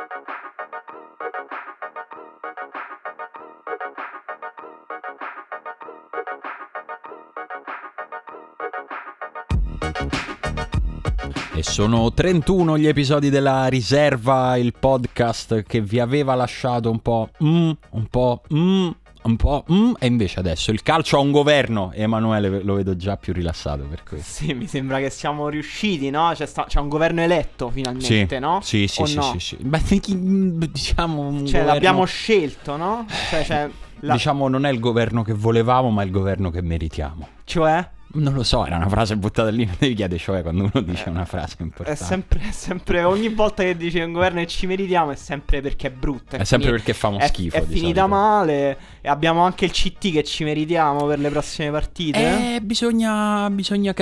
E sono 31 gli episodi della Riserva, il podcast che vi aveva lasciato un po', e invece adesso il calcio ha un governo e Emanuele lo vedo già più rilassato per questo. Sì, mi sembra che siamo riusciti, no? C'è un governo eletto finalmente, Sì, no? sì. Beh, diciamo Cioè, l'abbiamo scelto, no? Diciamo non è il governo che volevamo, ma è il governo che meritiamo. Cioè? Non lo so, era una frase buttata lì, non devi chiedere, cioè quando uno dice una frase importante. È sempre, ogni volta che dice un governo e ci meritiamo è sempre perché è brutto. È sempre perché fa uno schifo. È finita male e abbiamo anche il CT che ci meritiamo per le prossime partite. Bisogna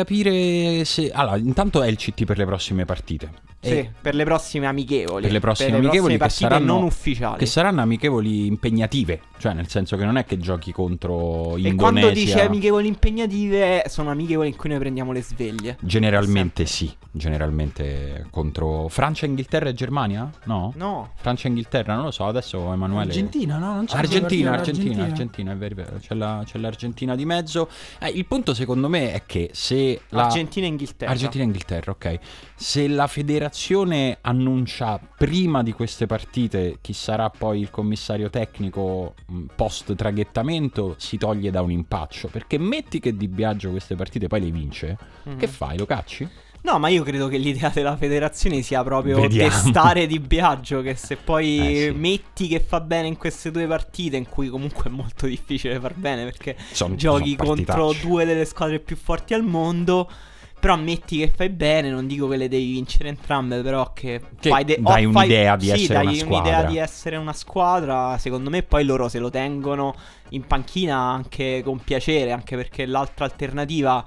capire se... Allora, intanto è il CT per le prossime partite. Sì, per le prossime amichevoli. Per le prossime amichevoli che saranno non ufficiali. Che saranno amichevoli impegnative. Cioè nel senso che non è che giochi contro Indonesia. E quando dice amichevoli impegnative sono amichevoli in cui noi prendiamo le sveglie. Generalmente sì. Generalmente contro Francia, Inghilterra e Germania? No? No. Francia e Inghilterra, non lo so. Adesso Emanuele... Argentina, no? Non c'è Argentina, è vero. C'è l'Argentina di mezzo. Il punto secondo me è che se Argentina e Inghilterra, ok. Se la federazione annuncia prima di queste partite chi sarà poi il commissario tecnico post traghettamento, si toglie da un impaccio. Perché metti che Di Biagio queste partite poi le vince, che fai? Lo cacci? No, ma io credo che l'idea della federazione sia proprio testare Di Biagio, che se poi metti che fa bene in queste due partite, in cui comunque è molto difficile far bene perché giochi contro due delle squadre più forti al mondo, però ammetti che fai bene, non dico che le devi vincere entrambe, però che dai un'idea di essere una squadra. Un'idea di essere una squadra, secondo me poi loro se lo tengono in panchina anche con piacere, anche perché l'altra alternativa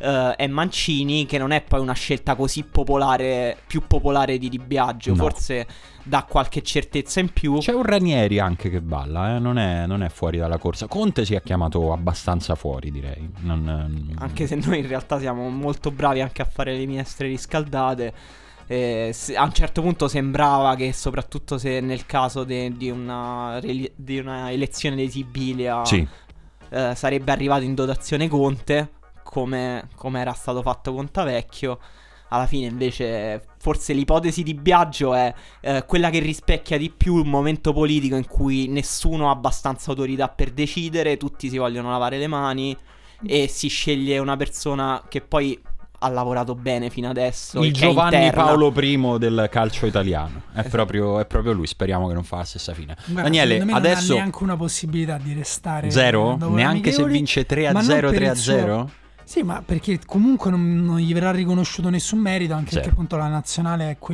è Mancini, che non è poi una scelta così popolare, più popolare di Biagio, no. Forse dà qualche certezza in più. C'è un Ranieri anche che balla, non è fuori dalla corsa. Conte si è chiamato abbastanza fuori, direi. Anche se noi in realtà siamo molto bravi anche a fare le minestre riscaldate. A un certo punto sembrava che, soprattutto se nel caso di una elezione di Sibilia, sarebbe arrivato in dotazione Conte, come era stato fatto con Tavecchio. Alla fine invece forse l'ipotesi di Biagio è quella che rispecchia di più un momento politico in cui nessuno ha abbastanza autorità per decidere, tutti si vogliono lavare le mani e si sceglie una persona che poi ha lavorato bene fino adesso. Il Giovanni Paolo I del calcio italiano. È proprio lui. Speriamo che non fa la stessa fine. Guarda, Daniele, adesso non ha neanche una possibilità di restare zero? Neanche se vince 3-0, 3-0? Sì, ma perché comunque non gli verrà riconosciuto nessun merito, anche perché appunto la nazionale è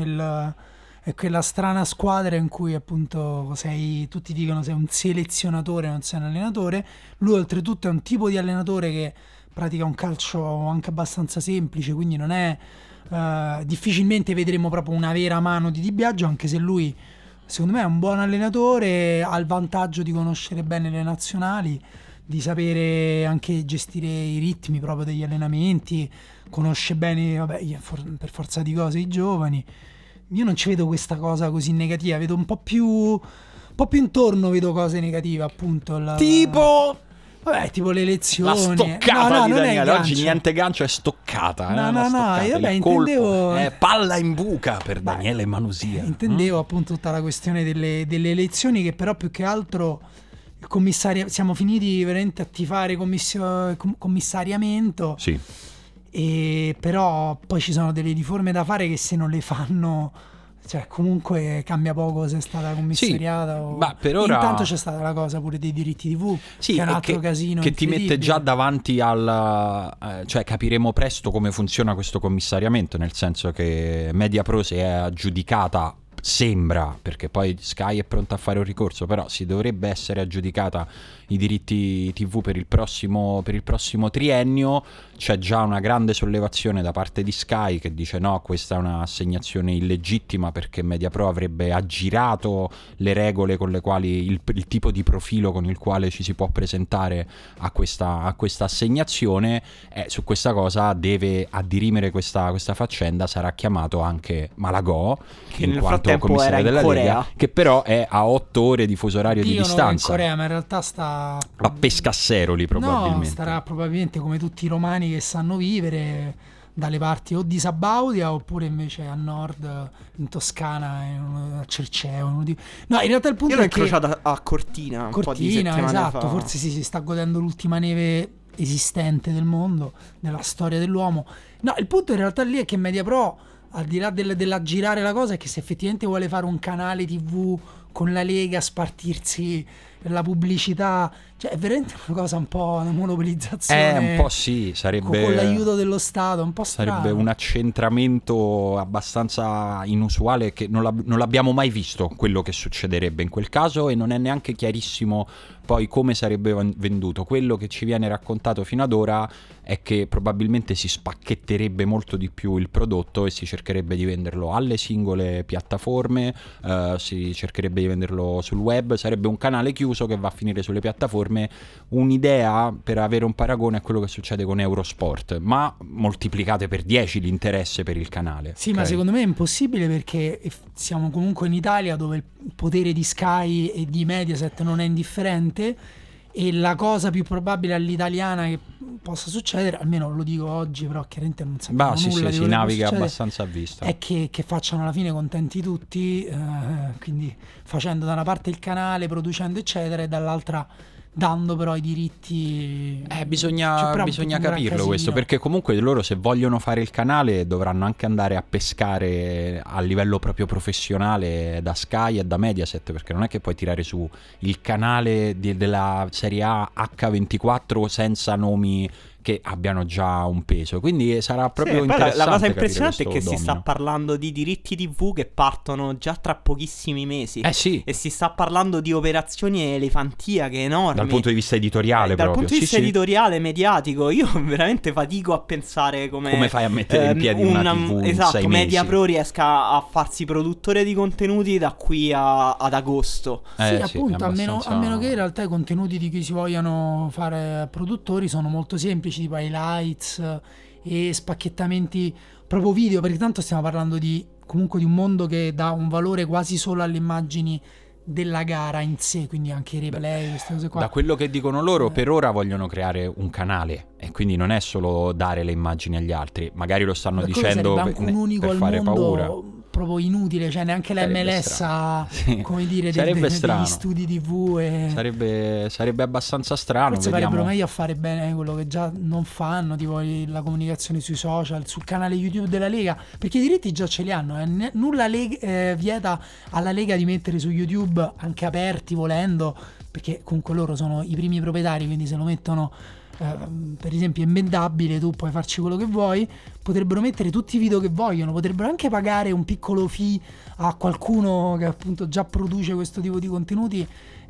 quella strana squadra in cui appunto tutti dicono sei un selezionatore, non sei un allenatore. Lui oltretutto è un tipo di allenatore che pratica un calcio anche abbastanza semplice, quindi non è difficilmente vedremo proprio una vera mano di Di Biagio, anche se lui secondo me è un buon allenatore, ha il vantaggio di conoscere bene le nazionali, di sapere anche gestire i ritmi proprio degli allenamenti, conosce bene, per forza di cose, i giovani. Io non ci vedo questa cosa così negativa, vedo un po' più intorno, vedo cose negative, appunto. Tipo le elezioni. La stoccata di Daniele. Oggi niente gancio, è stoccata. No, io intendevo palla in buca per Daniele Manusia. Intendevo appunto tutta la questione delle elezioni, che però più che altro il commissario, siamo finiti veramente a tifare commissariamento. Sì. E però poi ci sono delle riforme da fare che se non le fanno, cioè comunque cambia poco se è stata commissariata ma per ora... Intanto c'è stata la cosa pure dei diritti TV, che è un altro casino che ti mette già davanti al cioè capiremo presto come funziona questo commissariamento, nel senso che Mediapro si è aggiudicata, sembra, perché poi Sky è pronta a fare un ricorso, però si dovrebbe essere aggiudicata i diritti TV per il prossimo triennio. C'è già una grande sollevazione da parte di Sky che dice no, questa è un'assegnazione illegittima perché Mediapro avrebbe aggirato le regole con le quali il tipo di profilo con il quale ci si può presentare a questa assegnazione. Su questa cosa deve, a dirimere questa faccenda, sarà chiamato anche Malagò, che nel tempo commissario era in della Corea. Lega, che però è a 8 ore di fuso orario di Dio, distanza. no, in Corea, ma in realtà sta A Pescasseroli probabilmente. No, starà probabilmente come tutti i romani che sanno vivere dalle parti o di Sabaudia oppure invece a nord in Toscana, a Cerceo. No, in realtà il punto Io l'ho è che incrociato a Cortina un po' di settimane esatto, fa. forse si sta godendo l'ultima neve esistente del mondo, della storia dell'uomo. No, il punto in realtà lì è che Mediapro, al di là della girare la cosa, è che se effettivamente vuole fare un canale TV con la Lega, spartirsi la pubblicità, cioè è veramente una cosa un po' una monopolizzazione. Un po' sì, sarebbe con l'aiuto dello Stato, un po' strano. Sarebbe un accentramento abbastanza inusuale che non l'abbiamo mai visto, quello che succederebbe in quel caso, e non è neanche chiarissimo poi come sarebbe venduto. Quello che ci viene raccontato fino ad ora è che probabilmente si spacchetterebbe molto di più il prodotto e si cercherebbe di venderlo alle singole piattaforme, si cercherebbe di venderlo sul web, sarebbe un canale chiuso che va a finire sulle piattaforme. Un'idea, per avere un paragone, è quello che succede con Eurosport, ma moltiplicate per 10 l'interesse per il canale. Sì, okay? Ma secondo me è impossibile, perché siamo comunque in Italia, dove il potere di Sky e di Mediaset non è indifferente, e la cosa più probabile all'italiana che possa succedere, almeno lo dico oggi, però chiaramente non sappiamo nulla di si quello che naviga succede, abbastanza a vista, è che facciano alla fine contenti tutti, quindi facendo da una parte il canale, producendo eccetera, e dall'altra dando però i diritti. Bisogna capirlo questo, perché comunque loro, se vogliono fare il canale, dovranno anche andare a pescare a livello proprio professionale da Sky e da Mediaset, perché non è che puoi tirare su il canale della Serie A H24 senza nomi che abbiano già un peso, quindi sarà proprio interessante. La cosa impressionante è che domino. si sta parlando di diritti TV che partono già tra pochissimi mesi. Sì. E si sta parlando di operazioni elefantiache enormi dal punto di vista editoriale, dal proprio. punto di vista editoriale, mediatico. Io veramente fatico a pensare come fai a mettere in piedi una TV in 6 mesi. Mediapro riesca a farsi produttore di contenuti da qui ad agosto. Sì, appunto, a meno che in realtà i contenuti di cui si vogliano fare produttori sono molto semplici, tipo highlights e spacchettamenti proprio video, perché tanto stiamo parlando comunque di un mondo che dà un valore quasi solo alle immagini della gara in sé, quindi anche i replay, queste cose qua. Da quello che dicono loro, per ora vogliono creare un canale, e quindi non è solo dare le immagini agli altri, magari lo stanno dicendo anche un unico per fare paura. Proprio inutile, cioè neanche la MLS ha, come dire, degli studi TV sarebbe abbastanza strano. Forse farebbero meglio a fare bene quello che già non fanno, tipo la comunicazione sui social, sul canale YouTube della Lega, perché i diritti già ce li hanno, nulla vieta alla Lega di mettere su YouTube, anche aperti volendo, perché comunque loro sono i primi proprietari, quindi se lo mettono per esempio embedabile, tu puoi farci quello che vuoi, potrebbero mettere tutti i video che vogliono, potrebbero anche pagare un piccolo fee a qualcuno che appunto già produce questo tipo di contenuti,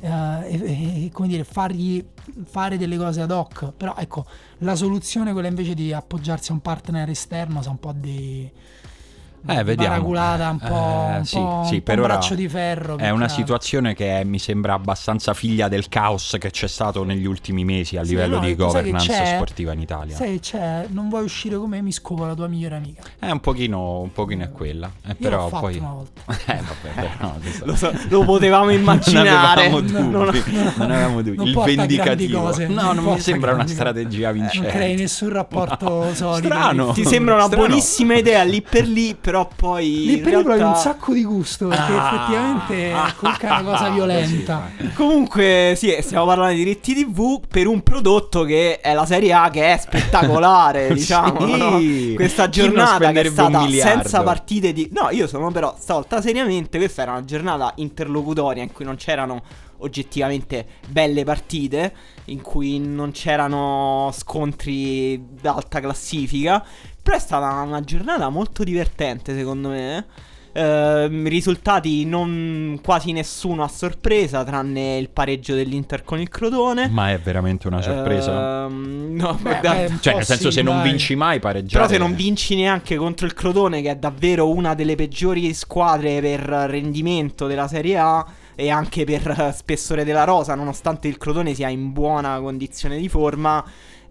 e come dire, fargli fare delle cose ad hoc. Però ecco, la soluzione, quella invece di appoggiarsi a un partner esterno, sa un po' di vediamo. Paraculata, un po' per un ora braccio di ferro. È una situazione che mi sembra abbastanza figlia del caos che c'è stato negli ultimi mesi a livello di governance sportiva in Italia. Sai che c'è? Non vuoi uscire con me, mi scopo la tua migliore amica. Un pochino è quella. Però l'ho fatto poi una volta. Lo potevamo immaginare. Non avevamo dubbi. Il vendicativo. Non mi sembra una strategia vincente. Non crei nessun rapporto solido. Strano. Ti sembra una buonissima idea lì per lì, però poi lì per lì provi un sacco di gusto, perché effettivamente comunque è una cosa violenta. Comunque sì, stiamo parlando di diritti TV per un prodotto che è la Serie A, che è spettacolare, diciamo, no? Questa giornata che è stata senza partite no, io sono però stavolta seriamente, questa era una giornata interlocutoria in cui non c'erano oggettivamente belle partite, in cui non c'erano scontri d'alta classifica, però è stata una giornata molto divertente secondo me. Risultati non quasi nessuno a sorpresa, tranne il pareggio dell'Inter con il Crotone. Ma è veramente una sorpresa? No, cioè nel senso, se non vinci mai pareggiare. Però se non vinci neanche contro il Crotone, che è davvero una delle peggiori squadre per rendimento della Serie A e anche per spessore della rosa, nonostante il Crotone sia in buona condizione di forma,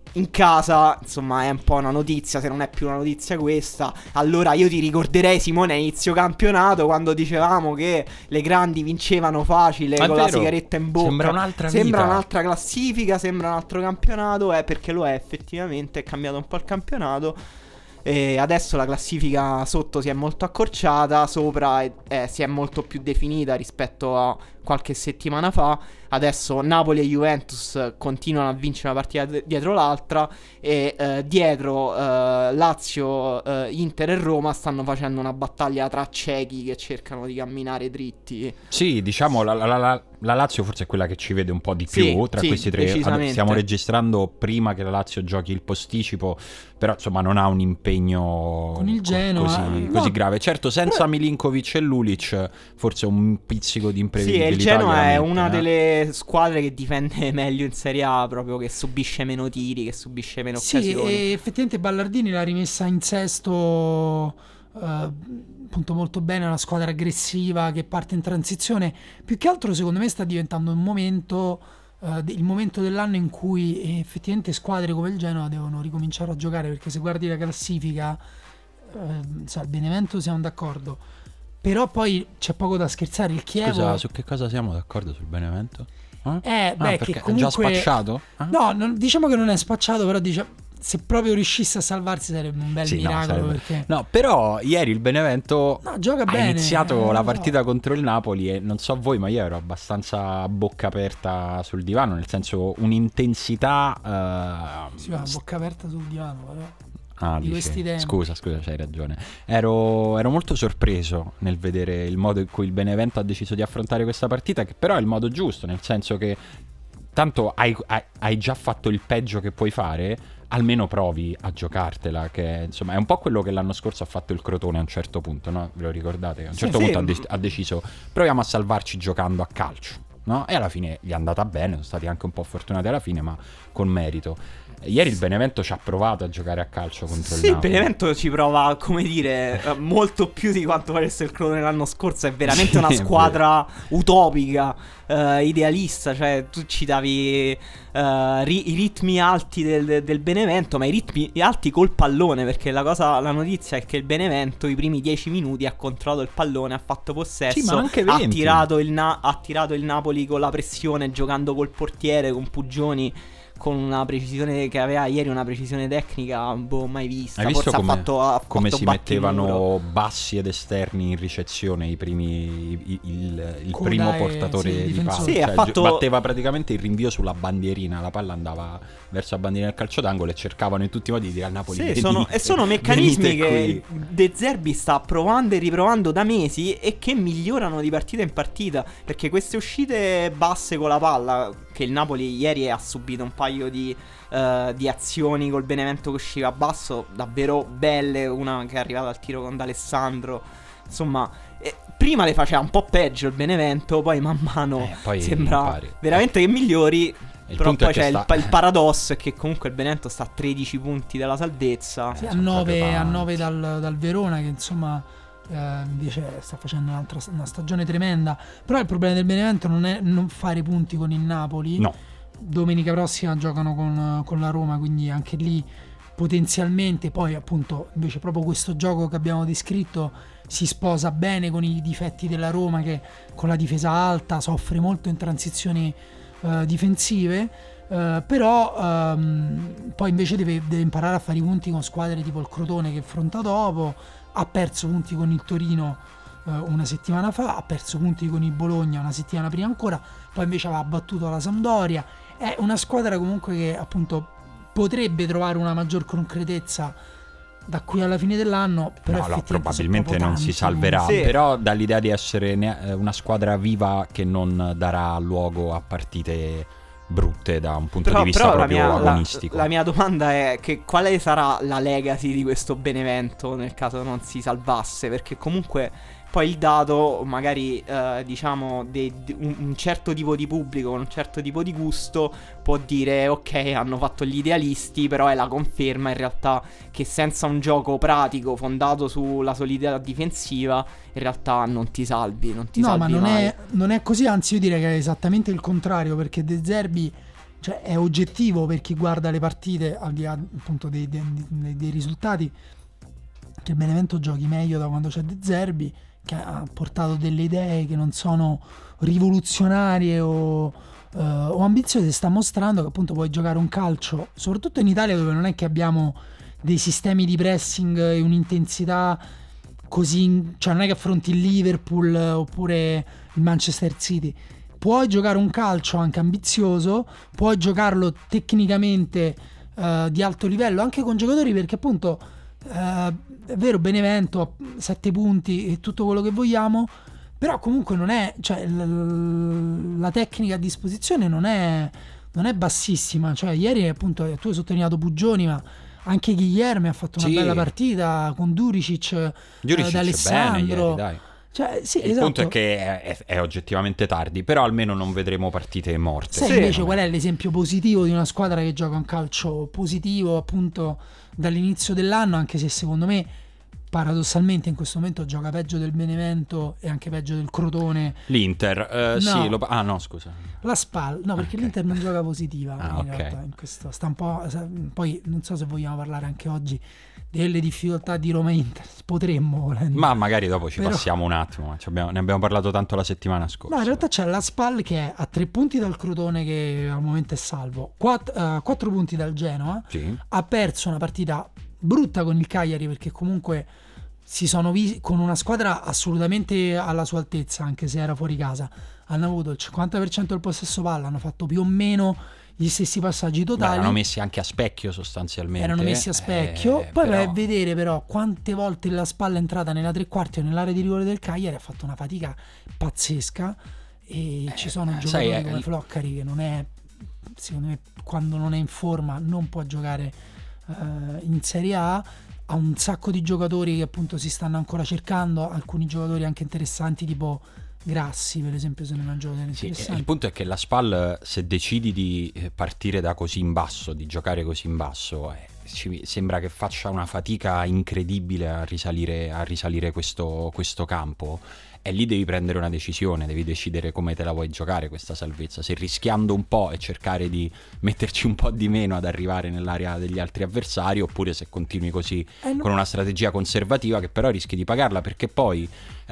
in casa, insomma, è un po' una notizia. Se non è più una notizia questa, allora io ti ricorderei, Simone, a inizio campionato, quando dicevamo che le grandi vincevano facile con la sigaretta in bocca. Sembra un'altra Sembra un'altra classifica, sembra un altro campionato, perché lo è effettivamente, è cambiato un po' il campionato. E adesso la classifica sotto si è molto accorciata, sopra si è molto più definita rispetto a qualche settimana fa. Adesso Napoli e Juventus continuano a vincere una partita dietro l'altra, e dietro Lazio, Inter e Roma stanno facendo una battaglia tra ciechi che cercano di camminare dritti. Sì, diciamo la Lazio forse è quella che ci vede un po' di più tra questi tre. Stiamo registrando prima che la Lazio giochi il posticipo, però insomma non ha un impegno con il Genoa così grave. Certo, senza Milinkovic e Lulic forse un pizzico di imprevedibilità. Sì, il Genoa è una delle squadre che difende meglio in Serie A, proprio che subisce meno tiri, che subisce meno occasioni. Sì, e effettivamente Ballardini l'ha rimessa in sesto appunto molto bene, una squadra aggressiva che parte in transizione. Più che altro secondo me sta diventando un momento, il momento dell'anno in cui effettivamente squadre come il Genoa devono ricominciare a giocare, perché se guardi la classifica, il Benevento siamo d'accordo, però poi c'è poco da scherzare. Il Chievo... Scusa, su che cosa siamo d'accordo sul Benevento? Che comunque... è già spacciato? No, diciamo che non è spacciato, però se proprio riuscisse a salvarsi sarebbe un bel miracolo. Perché... No, però ieri il Benevento gioca ha bene, iniziato la partita contro il Napoli e non so voi, ma io ero abbastanza a bocca aperta sul divano, nel senso un'intensità... Sì, a bocca aperta sul divano, però... di questi tempi. Scusa, c'hai ragione. Ero molto sorpreso nel vedere il modo in cui il Benevento ha deciso di affrontare questa partita, che però è il modo giusto, nel senso che tanto hai già fatto il peggio che puoi fare, almeno provi a giocartela, che insomma è un po' quello che l'anno scorso ha fatto il Crotone a un certo punto, no? Ve lo ricordate? A un certo punto ha deciso proviamo a salvarci giocando a calcio, no? E alla fine gli è andata bene, sono stati anche un po' fortunati alla fine, ma con merito. Ieri il Benevento ci ha provato a giocare a calcio contro il Napoli. Sì, il Benevento ci prova, come dire, molto più di quanto facesse il Crotone l'anno scorso. È veramente una squadra utopica, idealista. Cioè, tu citavi i ritmi alti del Benevento, ma i ritmi alti col pallone, perché la notizia è che il Benevento i primi 10 minuti ha controllato il pallone, ha fatto possesso, sì, ma anche 20. ha tirato il Napoli con la pressione, giocando col portiere, con Pugioni, con una precisione che aveva ieri, una precisione tecnica mai vista. Hai visto Forse come si mettevano bassi ed esterni in ricezione il primo portatore di palla? Sì, batteva praticamente il rinvio sulla bandierina, la palla andava verso la bandierina del calcio d'angolo e cercavano in tutti i modi di dire al Napoli sono meccanismi che De Zerbi sta provando e riprovando da mesi e che migliorano di partita in partita, perché queste uscite basse con la palla che il Napoli ieri ha subito un paio di azioni col Benevento che usciva basso davvero belle, una che è arrivata al tiro con D'Alessandro, insomma prima le faceva un po' peggio il Benevento, poi man mano sembra veramente che migliori. Però poi c'è il paradosso è che comunque il Benevento sta a 13 punti dalla salvezza, a 9 dal Verona, che insomma invece sta facendo una stagione tremenda. Però il problema del Benevento non è non fare punti con il Napoli. No. Domenica prossima giocano con la Roma, quindi anche lì potenzialmente poi appunto invece proprio questo gioco che abbiamo descritto si sposa bene con i difetti della Roma, che con la difesa alta soffre molto in transizioni difensive, però poi invece deve imparare a fare i punti con squadre tipo il Crotone che affronta dopo. Ha perso punti con il Torino una settimana fa, ha perso punti con il Bologna una settimana prima ancora, poi invece aveva battuto la Sampdoria. È una squadra comunque che appunto potrebbe trovare una maggior concretezza da qui alla fine dell'anno, però probabilmente non si salverà, però dall'idea di essere una squadra viva che non darà luogo a partite brutte da un punto di vista proprio agonistico. La mia domanda è che quale sarà la legacy di questo Benevento nel caso non si salvasse, perché comunque poi il dato magari diciamo un certo tipo di pubblico con un certo tipo di gusto può dire ok, hanno fatto gli idealisti, però è la conferma in realtà che senza un gioco pratico fondato sulla solidità difensiva in realtà non ti salvi, ma non è così, anzi io direi che è esattamente il contrario, perché De Zerbi cioè è oggettivo per chi guarda le partite, al di là appunto dei risultati, che il Benevento giochi meglio da quando c'è De Zerbi, che ha portato delle idee che non sono rivoluzionarie o ambiziose. Sta mostrando che appunto puoi giocare un calcio, soprattutto in Italia, dove non è che abbiamo dei sistemi di pressing e un'intensità così, cioè non è che affronti il Liverpool oppure il Manchester City. Puoi giocare un calcio anche ambizioso, puoi giocarlo tecnicamente di alto livello anche con giocatori, perché appunto è vero, Benevento 7 punti e tutto quello che vogliamo, però comunque non è, cioè la tecnica a disposizione non è bassissima. Cioè ieri appunto tu hai sottolineato Bugioni, ma anche Guilherme ha fatto una bella partita con Duricic D'Alessandro. Bene, dai. Cioè, sì, il punto è che è oggettivamente tardi, però almeno non vedremo partite morte. Sai invece qual è l'esempio positivo di una squadra che gioca un calcio positivo appunto dall'inizio dell'anno, anche se secondo me paradossalmente in questo momento gioca peggio del Benevento e anche peggio del Crotone? L'Inter, no. sì, no, scusa. La SPAL, no, perché l'Inter non gioca positiva in realtà, in questo sta un po'. Poi non so se vogliamo parlare anche oggi delle difficoltà di Roma-Inter, potremmo volendo. Ma magari dopo passiamo un attimo, ne abbiamo parlato tanto la settimana scorsa. No, in realtà c'è la SPAL che è a 3 punti dal Crotone, che al momento è salvo, 4 punti dal Genoa, sì. Ha perso una partita brutta con il Cagliari, perché comunque si sono con una squadra assolutamente alla sua altezza, anche se era fuori casa. Hanno avuto il 50% del possesso palla, hanno fatto più o meno gli stessi passaggi totali. Erano messi anche a specchio sostanzialmente. Erano messi a specchio. Poi vai a vedere però quante volte la SPAL è entrata nella tre quarti o nell'area di rigore del Cagliari, ha fatto una fatica pazzesca, e ci sono giocatori come Floccari che non è, secondo me, quando non è in forma non può giocare in Serie A. Ha un sacco di giocatori che appunto si stanno ancora cercando, alcuni giocatori anche interessanti tipo Grassi per esempio, se non è un giocatore interessante. Il punto è che la SPAL, se decidi di partire da così in basso, di giocare così in basso, ci sembra che faccia una fatica incredibile a risalire questo campo. E lì devi prendere una decisione, devi decidere come te la vuoi giocare questa salvezza, se rischiando un po' e cercare di metterci un po' di meno ad arrivare nell'area degli altri avversari, oppure se continui così con una strategia conservativa che però rischi di pagarla, perché poi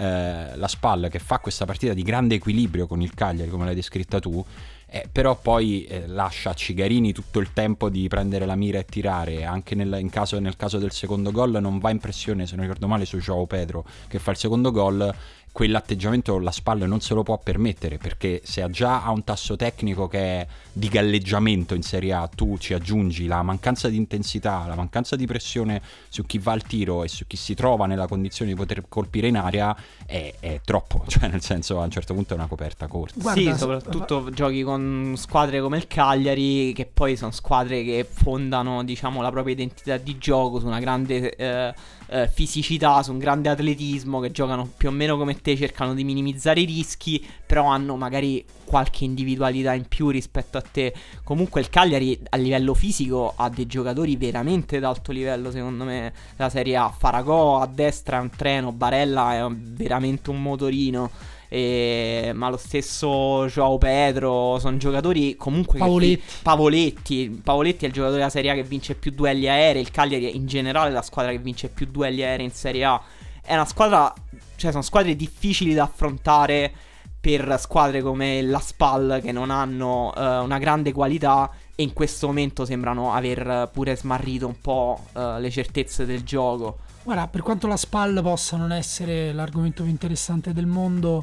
la SPAL, che fa questa partita di grande equilibrio con il Cagliari come l'hai descritta tu, però poi lascia a Cigarini tutto il tempo di prendere la mira e tirare. Anche nel caso del secondo gol non va in pressione, se non ricordo male, su João Pedro che fa il secondo gol. Quell'atteggiamento la SPAL non se lo può permettere, perché se già ha un tasso tecnico che è di galleggiamento in Serie A, tu ci aggiungi la mancanza di intensità, la mancanza di pressione su chi va al tiro e su chi si trova nella condizione di poter colpire in area, è troppo, cioè nel senso a un certo punto è una coperta corta. Guarda, sì, soprattutto giochi con squadre come il Cagliari, che poi sono squadre che fondano, diciamo, la propria identità di gioco su una grande fisicità, su un grande atletismo, che giocano più o meno come te, cercano di minimizzare i rischi, però hanno magari qualche individualità in più rispetto a te. Comunque il Cagliari a livello fisico ha dei giocatori veramente d'alto livello, secondo me, la Serie A. Faragò a destra è un treno, Barella è veramente un motorino, ma lo stesso João Pedro, sono giocatori comunque Pavoletti è il giocatore della Serie A che vince più duelli aerei. Il Cagliari è in generale la squadra che vince più duelli aerei in Serie A. È una squadra, cioè sono squadre difficili da affrontare per squadre come la SPAL, che non hanno una grande qualità e in questo momento sembrano aver pure smarrito un po' le certezze del gioco. Guarda, per quanto la SPAL possa non essere l'argomento più interessante del mondo,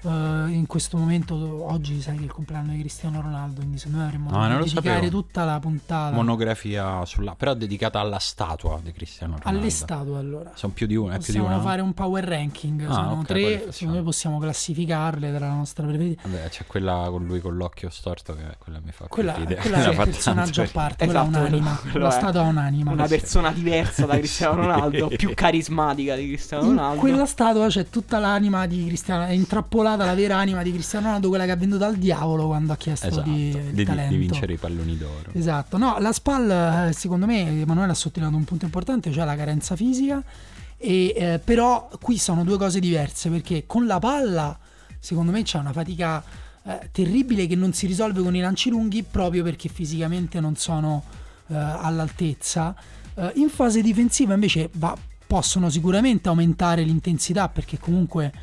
in questo momento, oggi sai che è il compleanno di Cristiano Ronaldo, quindi se noi avremmo dedicare tutta la puntata, monografia però dedicata alla statua di Cristiano Ronaldo. Alle statue, allora sono più di una. Possiamo fare un power ranking, sono 3, secondo me possiamo classificarle tra la nostra preferita. Vabbè, c'è quella con lui con l'occhio storto, che quella mi fa quella è un personaggio a parte, quella ha un'anima, la statua ha un'anima, una persona diversa da Cristiano Ronaldo, più carismatica di Cristiano Ronaldo. In quella statua c'è tutta l'anima di Cristiano, è intrappolata la vera anima di Cristiano Ronaldo, quella che ha venduto al diavolo quando ha chiesto di vincere i palloni d'oro. Esatto. No, la SPAL, secondo me, Emanuele ha sottolineato un punto importante, cioè la carenza fisica, però qui sono due cose diverse, perché con la palla secondo me c'è una fatica terribile che non si risolve con i lanci lunghi proprio perché fisicamente non sono all'altezza. In fase difensiva invece possono sicuramente aumentare l'intensità, perché comunque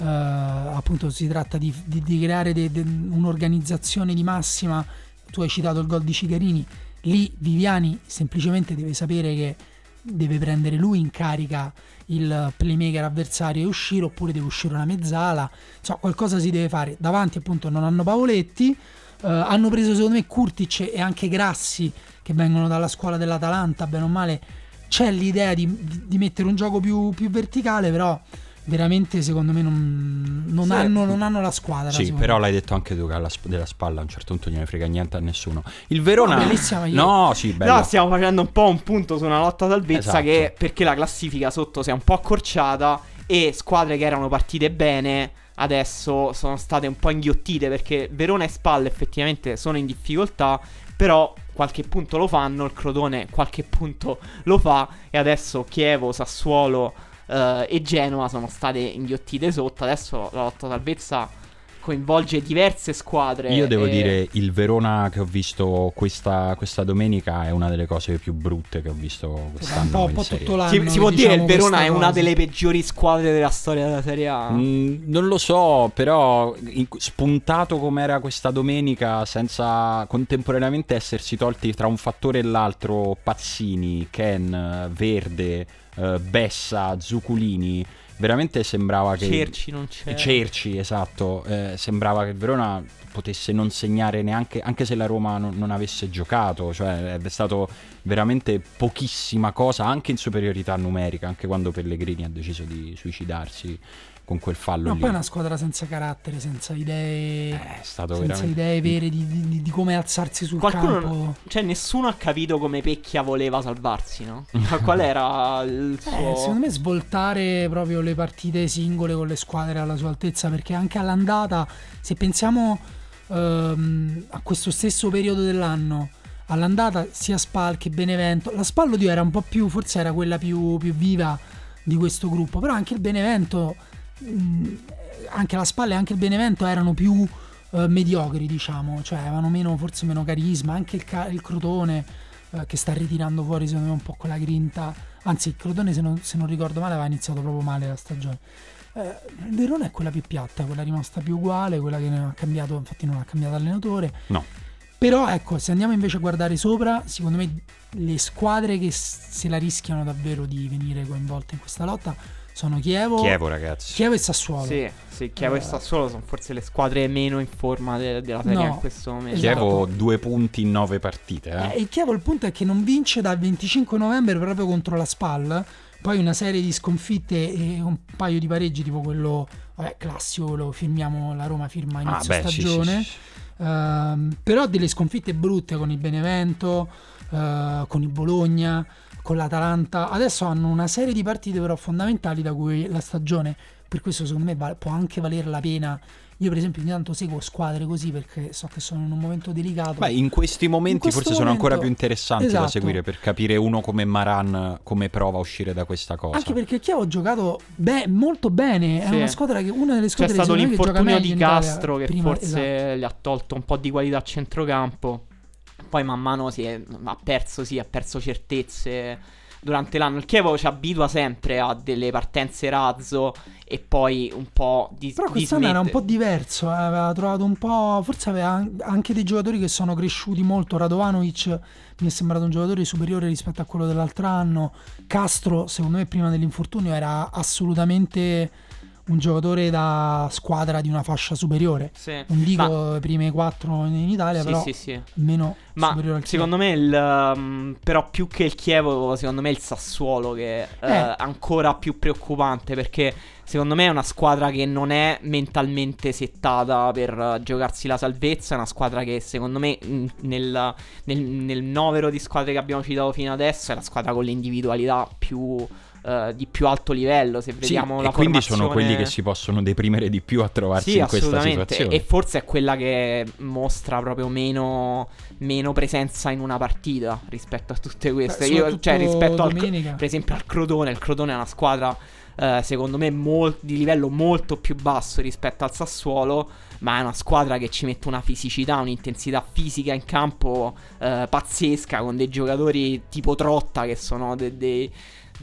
appunto si tratta di creare un'organizzazione di massima. Tu hai citato il gol di Cigarini, lì Viviani semplicemente deve sapere che deve prendere lui in carica il playmaker avversario e uscire, oppure deve uscire una mezzala, qualcosa si deve fare. Davanti appunto non hanno Pavoletti, hanno preso secondo me Kurtic e anche Grassi, che vengono dalla scuola dell'Atalanta, bene o male c'è l'idea di mettere un gioco più verticale, però veramente secondo me non hanno la squadra. Sì, però l'hai detto anche tu che della spalla a un certo punto non gliene frega niente a nessuno. Il Verona no, stiamo facendo un po' un punto su una lotta salvezza, esatto, che perché la classifica sotto si è un po' accorciata e squadre che erano partite bene adesso sono state un po' inghiottite, perché Verona e Spal effettivamente sono in difficoltà, però qualche punto lo fanno, il Crotone qualche punto lo fa, e adesso Chievo, Sassuolo e Genoa sono state inghiottite sotto. Adesso la lotta salvezza coinvolge diverse squadre. Io devo dire, il Verona che ho visto questa domenica è una delle cose più brutte che ho visto quest'anno in Serie A. Si può dire il Verona è una delle peggiori squadre della storia della Serie A? Non lo so, però spuntato come era questa domenica, senza contemporaneamente essersi tolti tra un fattore e l'altro Pazzini, Ken, Verde, Bessa, Zuculini, veramente sembrava che Cerci non c'era. Cerci, esatto, sembrava che il Verona potesse non segnare neanche, anche se la Roma non avesse giocato, cioè è stato veramente pochissima cosa, anche in superiorità numerica, anche quando Pellegrini ha deciso di suicidarsi con quel fallo lì. Poi è una squadra senza carattere, senza idee, senza idee vere di come alzarsi sul campo. Cioè nessuno ha capito come Pecchia voleva salvarsi, no? Qual era il suo... Secondo me svoltare proprio le partite singole con le squadre alla sua altezza, perché anche all'andata, se pensiamo a questo stesso periodo dell'anno, all'andata sia Spal che Benevento, la Spal era un po' più, forse era quella più viva di questo gruppo, però anche il Benevento, anche la Spal e anche il Benevento erano più mediocri, diciamo, cioè avevano forse meno carisma. Anche il Crotone che sta ritirando fuori secondo me un po' quella grinta, anzi il Crotone se non ricordo male aveva iniziato proprio male la stagione. Il Verona è quella più piatta, quella rimasta più uguale, quella che non ha cambiato, infatti non ha cambiato allenatore. No. Però ecco, se andiamo invece a guardare sopra, secondo me le squadre che se la rischiano davvero di venire coinvolte in questa lotta sono Chievo, ragazzi. Chievo e Sassuolo. Sì, Chievo e Sassuolo sono forse le squadre meno in forma della Serie A in questo momento. Chievo 2 punti in 9 partite. E Chievo, il punto è che non vince dal 25 novembre proprio contro la Spal. Poi una serie di sconfitte e un paio di pareggi, tipo quello classico, lo firmiamo, la Roma firma inizio stagione. Sì. Però delle sconfitte brutte con il Benevento, con il Bologna, con l'Atalanta. Adesso hanno una serie di partite però fondamentali da cui la stagione, per questo secondo me può anche valere la pena. Io per esempio ogni tanto seguo squadre così perché so che sono in un momento delicato. Beh, in questi momenti forse sono ancora più interessanti da seguire, per capire uno come Maran come prova a uscire da questa cosa. Anche perché Chievo ha giocato molto bene, è una squadra che una delle squadre c'è stato l'infortunio di Castro che prima, forse gli ha tolto un po' di qualità a centrocampo. Poi man mano ha perso certezze durante l'anno. Il Chievo ci abitua sempre a delle partenze razzo e poi un po' però quest'anno era un po' diverso, aveva trovato un po', forse aveva anche dei giocatori che sono cresciuti molto. Radovanovic mi è sembrato un giocatore superiore rispetto a quello dell'altro anno. Castro secondo me prima dell'infortunio era assolutamente un giocatore da squadra di una fascia superiore. Non dico le prime 4 in Italia, però meno superiore al Chievo. Secondo me però più che il Chievo, secondo me è il Sassuolo che è ancora più preoccupante, perché secondo me è una squadra che non è mentalmente settata per giocarsi la salvezza. È una squadra che secondo me nel novero di squadre che abbiamo citato fino adesso è la squadra con le individualità di più alto livello, se vediamo la formazione. Quindi sono quelli che si possono deprimere di più a trovarsi in questa situazione. E forse è quella che mostra proprio meno presenza in una partita rispetto a tutte queste. Rispetto per esempio al Crotone. Il Crotone è una squadra secondo me di livello molto più basso rispetto al Sassuolo, ma è una squadra che ci mette una fisicità, un'intensità fisica in campo pazzesca, con dei giocatori tipo Trotta che sono dei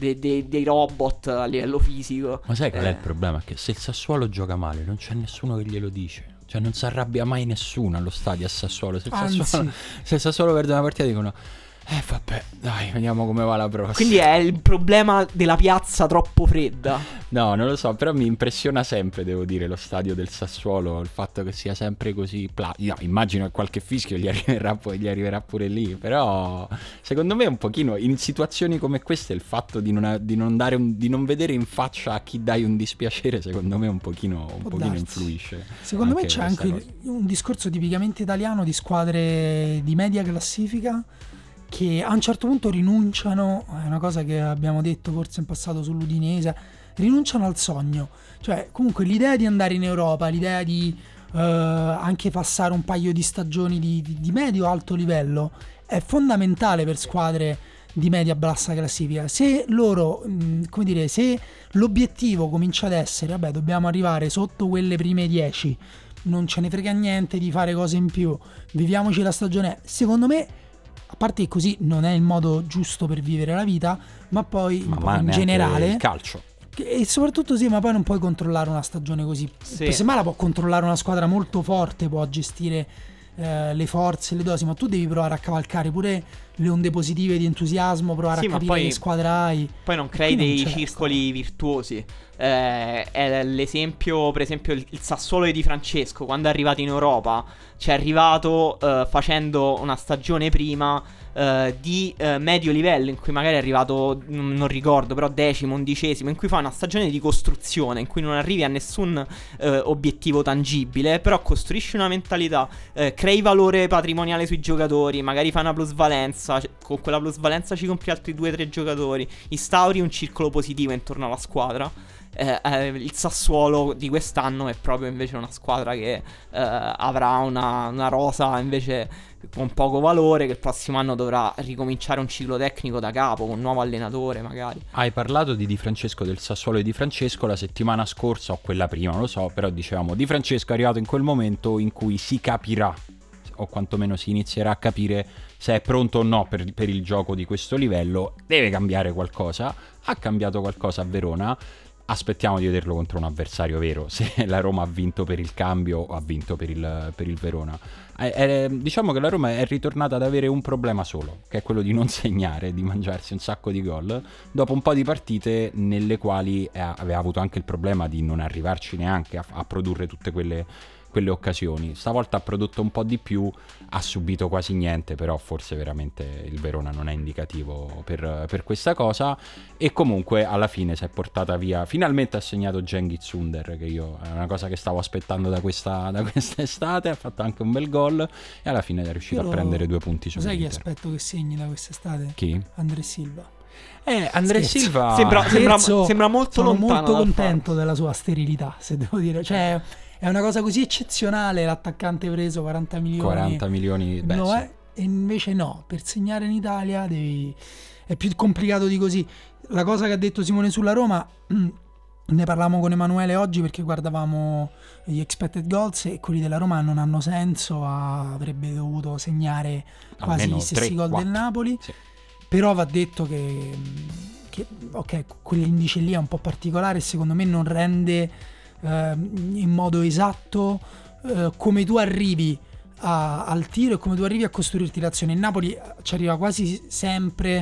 robot a livello fisico. Ma sai qual è il problema? Che se il Sassuolo gioca male non c'è nessuno che glielo dice. Cioè non si arrabbia mai nessuno allo stadio a Sassuolo. Se il Sassuolo perde una partita dicono vabbè, dai, vediamo come va la prossima. Quindi è il problema della piazza troppo fredda? No, non lo so, però mi impressiona sempre, devo dire, lo stadio del Sassuolo, il fatto che sia sempre così no, immagino che qualche fischio gli arriverà pure lì, però secondo me un pochino in situazioni come queste il fatto di non vedere in faccia a chi dai un dispiacere, secondo me un pochino influisce. Secondo me c'è anche un discorso tipicamente italiano di squadre di media classifica che a un certo punto rinunciano, è una cosa che abbiamo detto forse in passato sull'Udinese, rinunciano al sogno. Cioè comunque l'idea di andare in Europa, l'idea di anche passare un paio di stagioni di medio-alto livello è fondamentale per squadre di media-bassa classifica. Se loro, come dire, se l'obiettivo comincia ad essere vabbè, dobbiamo arrivare sotto quelle prime 10, non ce ne frega niente di fare cose in più, viviamoci la stagione, secondo me, a parte che così non è il modo giusto per vivere la vita, ma poi in generale il calcio, e soprattutto ma poi non puoi controllare una stagione così. Semmai la può controllare una squadra molto forte, può gestire le forze, le dosi, ma tu devi provare a cavalcare pure le onde positive di entusiasmo, provare a capire che squadra hai. Poi non crei dei circoli virtuosi. È l'esempio, per esempio, il Sassuolo di Di Francesco, quando è arrivato in Europa, ci è arrivato facendo una stagione prima di medio livello, in cui magari è arrivato, non ricordo, però 10º, 11º, in cui fa una stagione di costruzione, in cui non arrivi a nessun obiettivo tangibile, però costruisci una mentalità, crei valore patrimoniale sui giocatori, magari fai una plusvalenza, con quella plusvalenza ci compri altri 2-3 giocatori, instauri un circolo positivo intorno alla squadra. Il Sassuolo di quest'anno è proprio invece una squadra che avrà una rosa invece con poco valore, che il prossimo anno dovrà ricominciare un ciclo tecnico da capo con un nuovo allenatore magari. Hai parlato di Di Francesco, del Sassuolo di Di Francesco la settimana scorsa o quella prima, non lo so, però dicevamo Di Francesco è arrivato in quel momento in cui si capirà, o quantomeno si inizierà a capire se è pronto o no per il gioco di questo livello. Deve cambiare qualcosa, ha cambiato qualcosa a Verona. Aspettiamo di vederlo contro un avversario vero, se la Roma ha vinto per il cambio o ha vinto per il Verona. Diciamo che la Roma è ritornata ad avere un problema solo, che è quello di non segnare, di mangiarsi un sacco di gol, dopo un po' di partite nelle quali aveva avuto anche il problema di non arrivarci neanche a produrre tutte quelle occasioni. Stavolta ha prodotto un po' di più, ha subito quasi niente, però forse veramente il Verona non è indicativo per questa cosa, e comunque alla fine si è portata via, finalmente ha segnato Cengiz Ünder, che io è una cosa che stavo aspettando da questa estate, ha fatto anche un bel gol e alla fine è riuscito a prendere 2 punti su. Sai chi aspetto che segni da quest'estate? Chi? André Silva. André Silva sembra molto lontano. Sono molto contento della sua sterilità, se devo dire, cioè è una cosa così eccezionale, l'attaccante preso 40 milioni, beh, no, sì. E invece no, per segnare in Italia è più complicato di così. La cosa che ha detto Simone sulla Roma, ne parlavamo con Emanuele oggi perché guardavamo gli expected goals e quelli della Roma non hanno senso, avrebbe dovuto segnare quasi almeno gli stessi 3, gol 4. del Napoli, sì. Però va detto che ok, quell'indice lì è un po' particolare e secondo me non rende in modo esatto come tu arrivi al tiro e come tu arrivi a costruirti l'azione. Il Napoli ci arriva quasi sempre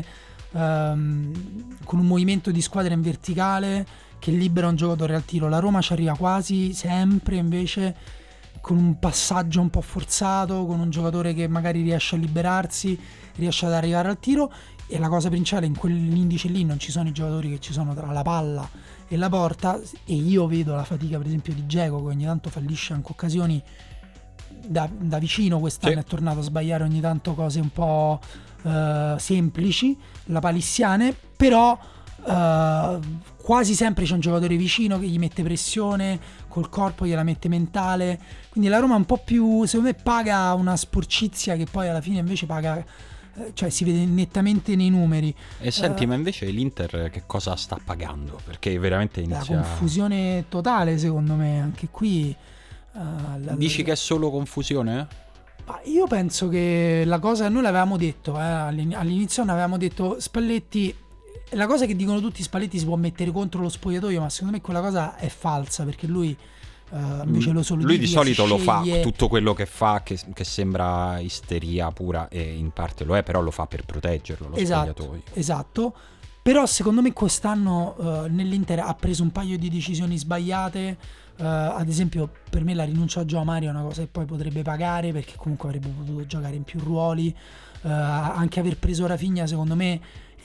con un movimento di squadra in verticale che libera un giocatore al tiro. La Roma ci arriva quasi sempre invece con un passaggio un po' forzato, con un giocatore che magari riesce a liberarsi, riesce ad arrivare al tiro, e la cosa principale, in quell'indice lì non ci sono i giocatori che ci sono tra la palla e la porta, e io vedo la fatica per esempio di Dzeko, che ogni tanto fallisce anche occasioni da vicino. Quest'anno sì, è tornato a sbagliare ogni tanto cose un po' semplici, la palissiane, però quasi sempre c'è un giocatore vicino che gli mette pressione col corpo, gliela mette mentale, quindi la Roma un po' più, secondo me, paga una sporcizia che poi alla fine invece paga cioè si vede nettamente nei numeri. E senti, ma invece l'Inter che cosa sta pagando? Perché veramente inizia... La confusione totale, secondo me, anche qui. Dici che è solo confusione? Ma io penso che la cosa, noi l'avevamo detto, all'inizio ne avevamo detto Spalletti, la cosa che dicono tutti, Spalletti si può mettere contro lo spogliatoio, ma secondo me quella cosa è falsa, perché lui invece lo solidifica. Lui di solito lo fa, tutto quello che fa che sembra isteria pura, e in parte lo è, però lo fa per proteggerlo, lo spogliatoio. Esatto, però secondo me quest'anno nell'Inter ha preso un paio di decisioni sbagliate. Ad esempio, per me la rinuncia a Joao Mario è una cosa che poi potrebbe pagare, perché comunque avrebbe potuto giocare in più ruoli. Anche aver preso Rafinha, secondo me,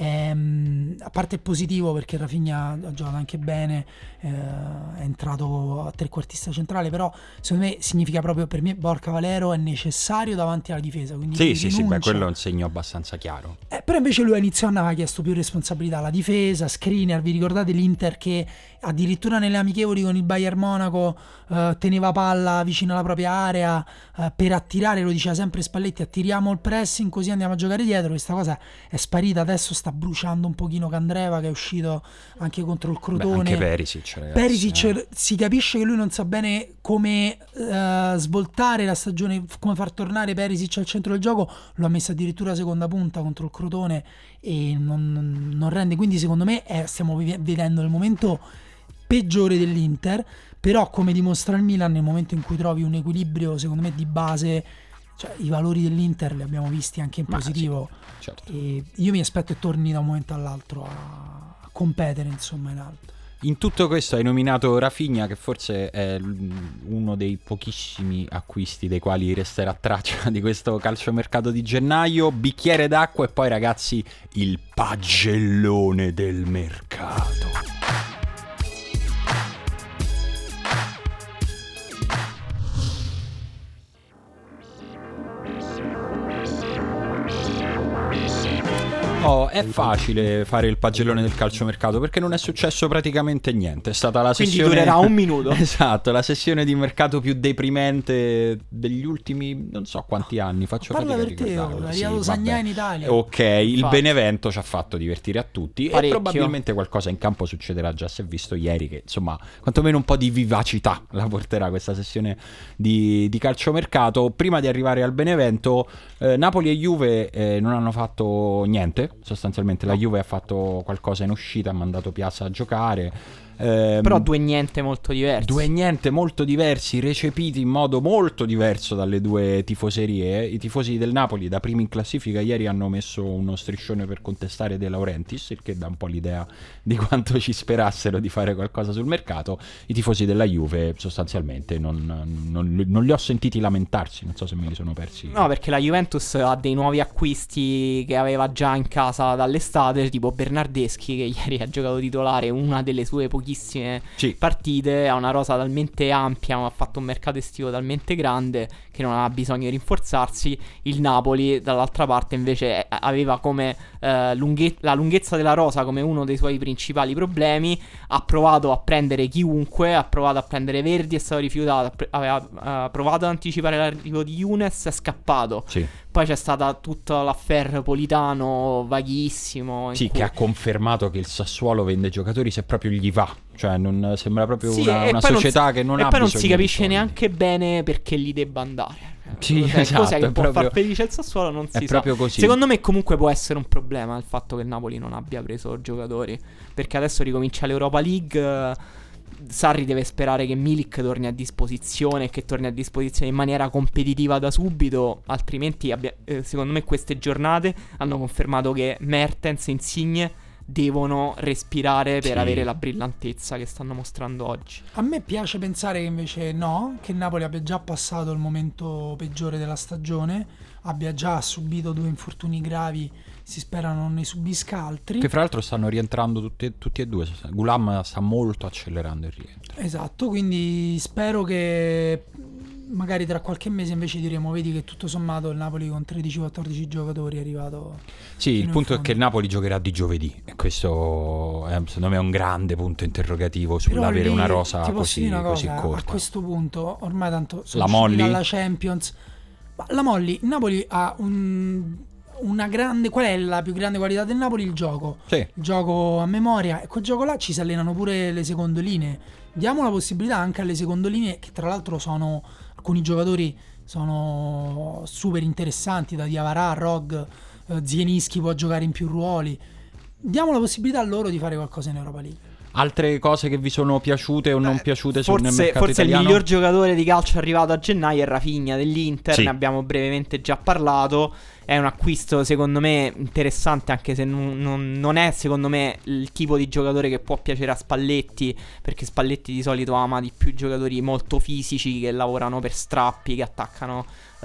a parte è positivo, perché Rafinha ha giocato anche bene, è entrato a trequartista centrale, però secondo me significa proprio, per me Borja Valero è necessario davanti alla difesa, quindi sì, beh, quello è un segno abbastanza chiaro. Però invece lui a inizio anno aveva chiesto più responsabilità alla difesa, Skriniar, vi ricordate l'Inter che addirittura nelle amichevoli con il Bayern Monaco teneva palla vicino alla propria area per attirare, lo diceva sempre Spalletti, attiriamo il pressing così andiamo a giocare dietro. Questa cosa è sparita, adesso sta bruciando un pochino Candreva, che è uscito anche contro il Crotone. Anche Perisic, ragazzi. Perisic si capisce che lui non sa bene come svoltare la stagione, come far tornare Perisic al centro del gioco, lo ha messo addirittura seconda punta contro il Crotone e non rende, quindi secondo me stiamo vedendo il momento peggiore dell'Inter, però come dimostra il Milan, nel momento in cui trovi un equilibrio secondo me di base, cioè i valori dell'Inter li abbiamo visti anche in positivo, sì, certo. E io mi aspetto che torni da un momento all'altro a competere, insomma, in alto. In tutto questo hai nominato Rafinha, che forse è uno dei pochissimi acquisti dei quali resterà traccia di questo calciomercato di gennaio. Bicchiere d'acqua e poi, ragazzi, il pagellone del mercato. È facile fare il pagellone del calciomercato perché non è successo praticamente niente. È stata la quindi sessione... durerà un minuto. Esatto, la sessione di mercato più deprimente degli ultimi non so quanti anni. Faccio parla fatica a per te, ricordarlo. è arrivato Sagna in Italia. Ok, il Benevento ci ha fatto divertire a tutti. Parecchio. E probabilmente qualcosa in campo succederà. Già si è visto ieri che, insomma, quantomeno un po' di vivacità la porterà questa sessione di calciomercato. Prima di arrivare al Benevento, Napoli e Juve non hanno fatto niente. Sostanzialmente la Juve ha fatto qualcosa in uscita, ha mandato Piazza a giocare. Però due niente molto diversi, recepiti in modo molto diverso dalle due tifoserie. I tifosi del Napoli, da primi in classifica, ieri hanno messo uno striscione per contestare De Laurentiis, il che dà un po' l'idea di quanto ci sperassero di fare qualcosa sul mercato. I tifosi della Juve sostanzialmente non li ho sentiti lamentarsi, non so se me li sono persi. No, perché la Juventus ha dei nuovi acquisti che aveva già in casa dall'estate, tipo Bernardeschi, che ieri ha giocato titolare una delle sue pochissime partite, ha una rosa talmente ampia, ha fatto un mercato estivo talmente grande che non ha bisogno di rinforzarsi. Il Napoli dall'altra parte invece aveva come la lunghezza della rosa come uno dei suoi principali problemi. Ha provato a prendere chiunque, ha provato a prendere Verdi, è stato rifiutato, aveva provato ad anticipare l'arrivo di Younes, è scappato. Poi c'è stata tutta l'affair Politano vaghissimo, che ha confermato che il Sassuolo vende giocatori se proprio gli va. Cioè non sembra proprio una società che non ha bisogno. E poi non si capisce neanche bene perché gli debba andare. Esatto, cos'è che può far felice il Sassuolo non si sa. Proprio così. Secondo me comunque può essere un problema il fatto che il Napoli non abbia preso giocatori, perché adesso ricomincia l'Europa League. Sarri deve sperare che Milik torni a disposizione e che torni a disposizione in maniera competitiva da subito, altrimenti secondo me queste giornate hanno confermato che Mertens e Insigne devono respirare per avere la brillantezza che stanno mostrando oggi. A me piace pensare che invece no, che il Napoli abbia già passato il momento peggiore della stagione, abbia già subito 2 infortuni gravi, si spera non ne subisca altri. Che fra l'altro stanno rientrando tutti e due. Gulam sta molto accelerando il rientro. Esatto, quindi spero che magari tra qualche mese invece diremo: vedi che tutto sommato il Napoli con 13-14 giocatori è arrivato. Sì, il punto è che il Napoli giocherà di giovedì e questo secondo me è un grande punto interrogativo sull'avere una rosa così corta. A questo punto ormai tanto la Molli dalla Champions, ma la Molli, il Napoli ha qual è la più grande qualità del Napoli? Il gioco. Sì. Il gioco a memoria, e quel gioco là ci si allenano pure le secondolinee. Diamo la possibilità anche alle secondolinee, che tra l'altro sono, alcuni giocatori sono super interessanti, da Diawara a Rog, Zielinski può giocare in più ruoli. Diamo la possibilità a loro di fare qualcosa in Europa League. Altre cose che vi sono piaciute o non piaciute nel mercato forse italiano? il miglior giocatore di calcio arrivato a gennaio è Rafinha dell'Inter, Sì. ne abbiamo brevemente già parlato. È un acquisto secondo me interessante, anche se non è secondo me il tipo di giocatore che può piacere a Spalletti, perché Spalletti di solito ama di più giocatori molto fisici, che lavorano per strappi, che attaccano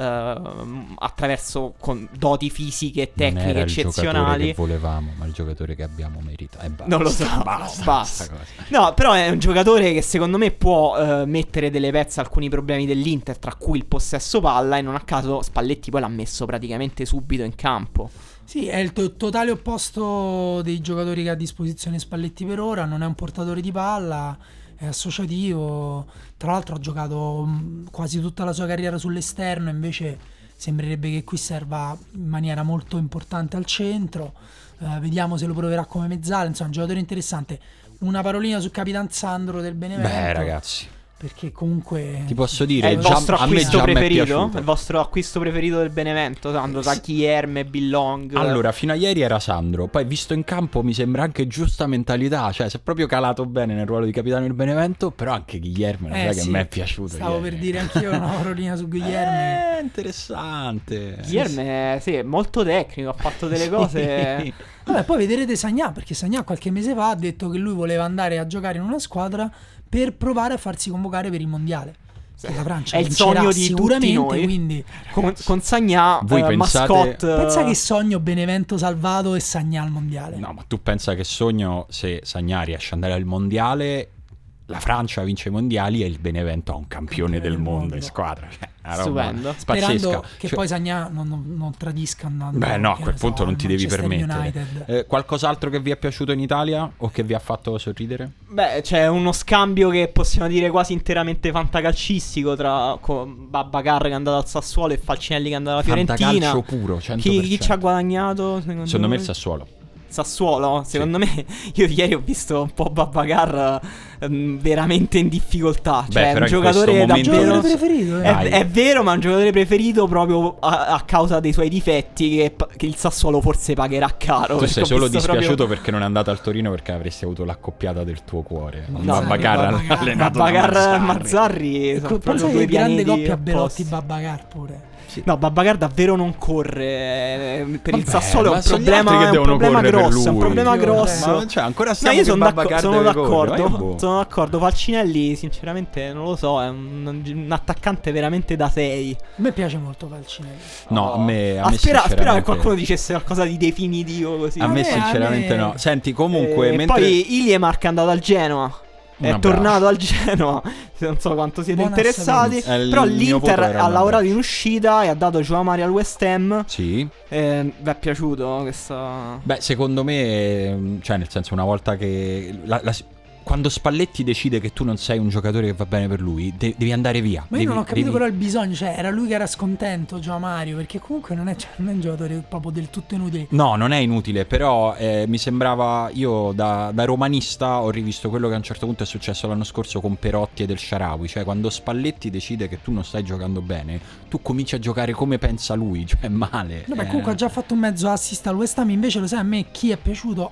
attraverso con doti fisiche e tecniche non era eccezionali. il giocatore che volevamo, ma il giocatore che abbiamo meritato. Non lo so, basta. No, però è un giocatore che secondo me può mettere delle pezze a alcuni problemi dell'Inter, tra cui il possesso palla, e non a caso Spalletti poi l'ha messo praticamente subito in campo. Sì, è il totale opposto dei giocatori che ha a disposizione Spalletti per ora. Non è un portatore di palla, è associativo. Tra l'altro ha giocato quasi tutta la sua carriera sull'esterno, invece sembrerebbe che qui serva in maniera molto importante al centro. Vediamo se lo proverà come mezzala. Insomma, un giocatore interessante. Una parolina su Capitan Sandro del Benevento. Beh, ragazzi, perché comunque ti posso dire, È il vostro a me acquisto già mi è preferito? piaciuto. È il vostro acquisto preferito del Benevento, Sandro, tra Chierme e Billong? Allora, fino a ieri era Sandro, poi visto in campo mi sembra anche giusta mentalità, cioè si è proprio calato bene nel ruolo di capitano del Benevento, però anche Guilherme, sai che a me è piaciuto. Stavo ieri. per dire anch'io una parolina su Guilherme. Interessante. Guilherme, sì, è molto tecnico, ha fatto delle cose. Vabbè, poi vedrete Sagna, perché Sagna qualche mese fa ha detto che lui voleva andare a giocare in una squadra per provare a farsi convocare per il mondiale. Che la Francia È il vincerà sogno di sicuramente, tutti noi. quindi Con Sagna, Voi pensate- mascotte. pensa che sogno Benevento salvato e Sagna al mondiale. No, ma tu pensa che sogno se Sagna riesce ad andare al mondiale, la Francia vince i mondiali e il Benevento ha un campione del mondo in squadra. Cioè, una roba Stupendo. Sperando pazzesca. che Cioè, poi Sagna non tradisca andando. beh, no, a che quel ne punto so, non ti devi Manchester permettere. United. Qualcos'altro che vi è piaciuto in Italia o che vi ha fatto sorridere? Beh, c'è uno scambio che possiamo dire quasi interamente fantacalcistico tra Babacar che è andato al Sassuolo e Falcinelli che è andato alla Fiorentina. Fantacalcio puro, 100%. Chi ci ha guadagnato? Secondo me il Sassuolo. Sassuolo, secondo me, io ieri ho visto un po' Babacar veramente in difficoltà. Cioè, però un in giocatore questo momento- davvero. Giocatore preferito, Dai. È vero, ma è un giocatore preferito proprio a causa dei suoi difetti che il Sassuolo forse pagherà caro. Tu perché sei ho solo visto dispiaciuto proprio- perché non è andato al Torino, perché avresti avuto l'accoppiata del tuo cuore. No, Babacar Babacar. allenato da Babacar Mazzarri. Mazzarri sono Ecco, proprio pensa due che grande pianeti coppia Belotti opposti. Babacar pure. No, Babacar davvero non corre. Per il Vabbè, Sassuolo è ma un sono gli problema, altri che è un devono problema correre per grosso. È un lui. problema Io, grosso. Ma cioè, ancora No, stiamo io che sono Babacar sono deve correre, ma d'accordo. io boh. Sono d'accordo. Falcinelli, sinceramente, non lo so. È un attaccante veramente da 6. A me piace molto Falcinelli. No, a me Speravo sinceramente- che qualcuno dicesse qualcosa di definitivo così. A me A sinceramente me- no. Senti, comunque, E mentre... poi Iliemar è andato al Genoa. Un È abbraccio. tornato al Genoa. Non so quanto siete Buona interessati. sapienza. Il Però mio l'Inter voto era ha un lavorato in abbraccio. uscita e ha dato Joao Mario al West Ham. Sì. Vi è piaciuto questa? Beh, secondo me, cioè nel senso, una volta che quando Spalletti decide che tu non sei un giocatore che va bene per lui, devi andare via. Ma io non ho capito però il bisogno, cioè era lui che era scontento, Gio Mario, perché comunque non è un giocatore proprio del tutto inutile. No, non è inutile, però mi sembrava, io da romanista ho rivisto quello che a un certo punto è successo l'anno scorso con Perotti e del Shaarawy, cioè quando Spalletti decide che tu non stai giocando bene, tu cominci a giocare come pensa lui, cioè male. No, beh, comunque ha già fatto un mezzo assist al West Ham, invece lo sai a me chi è piaciuto?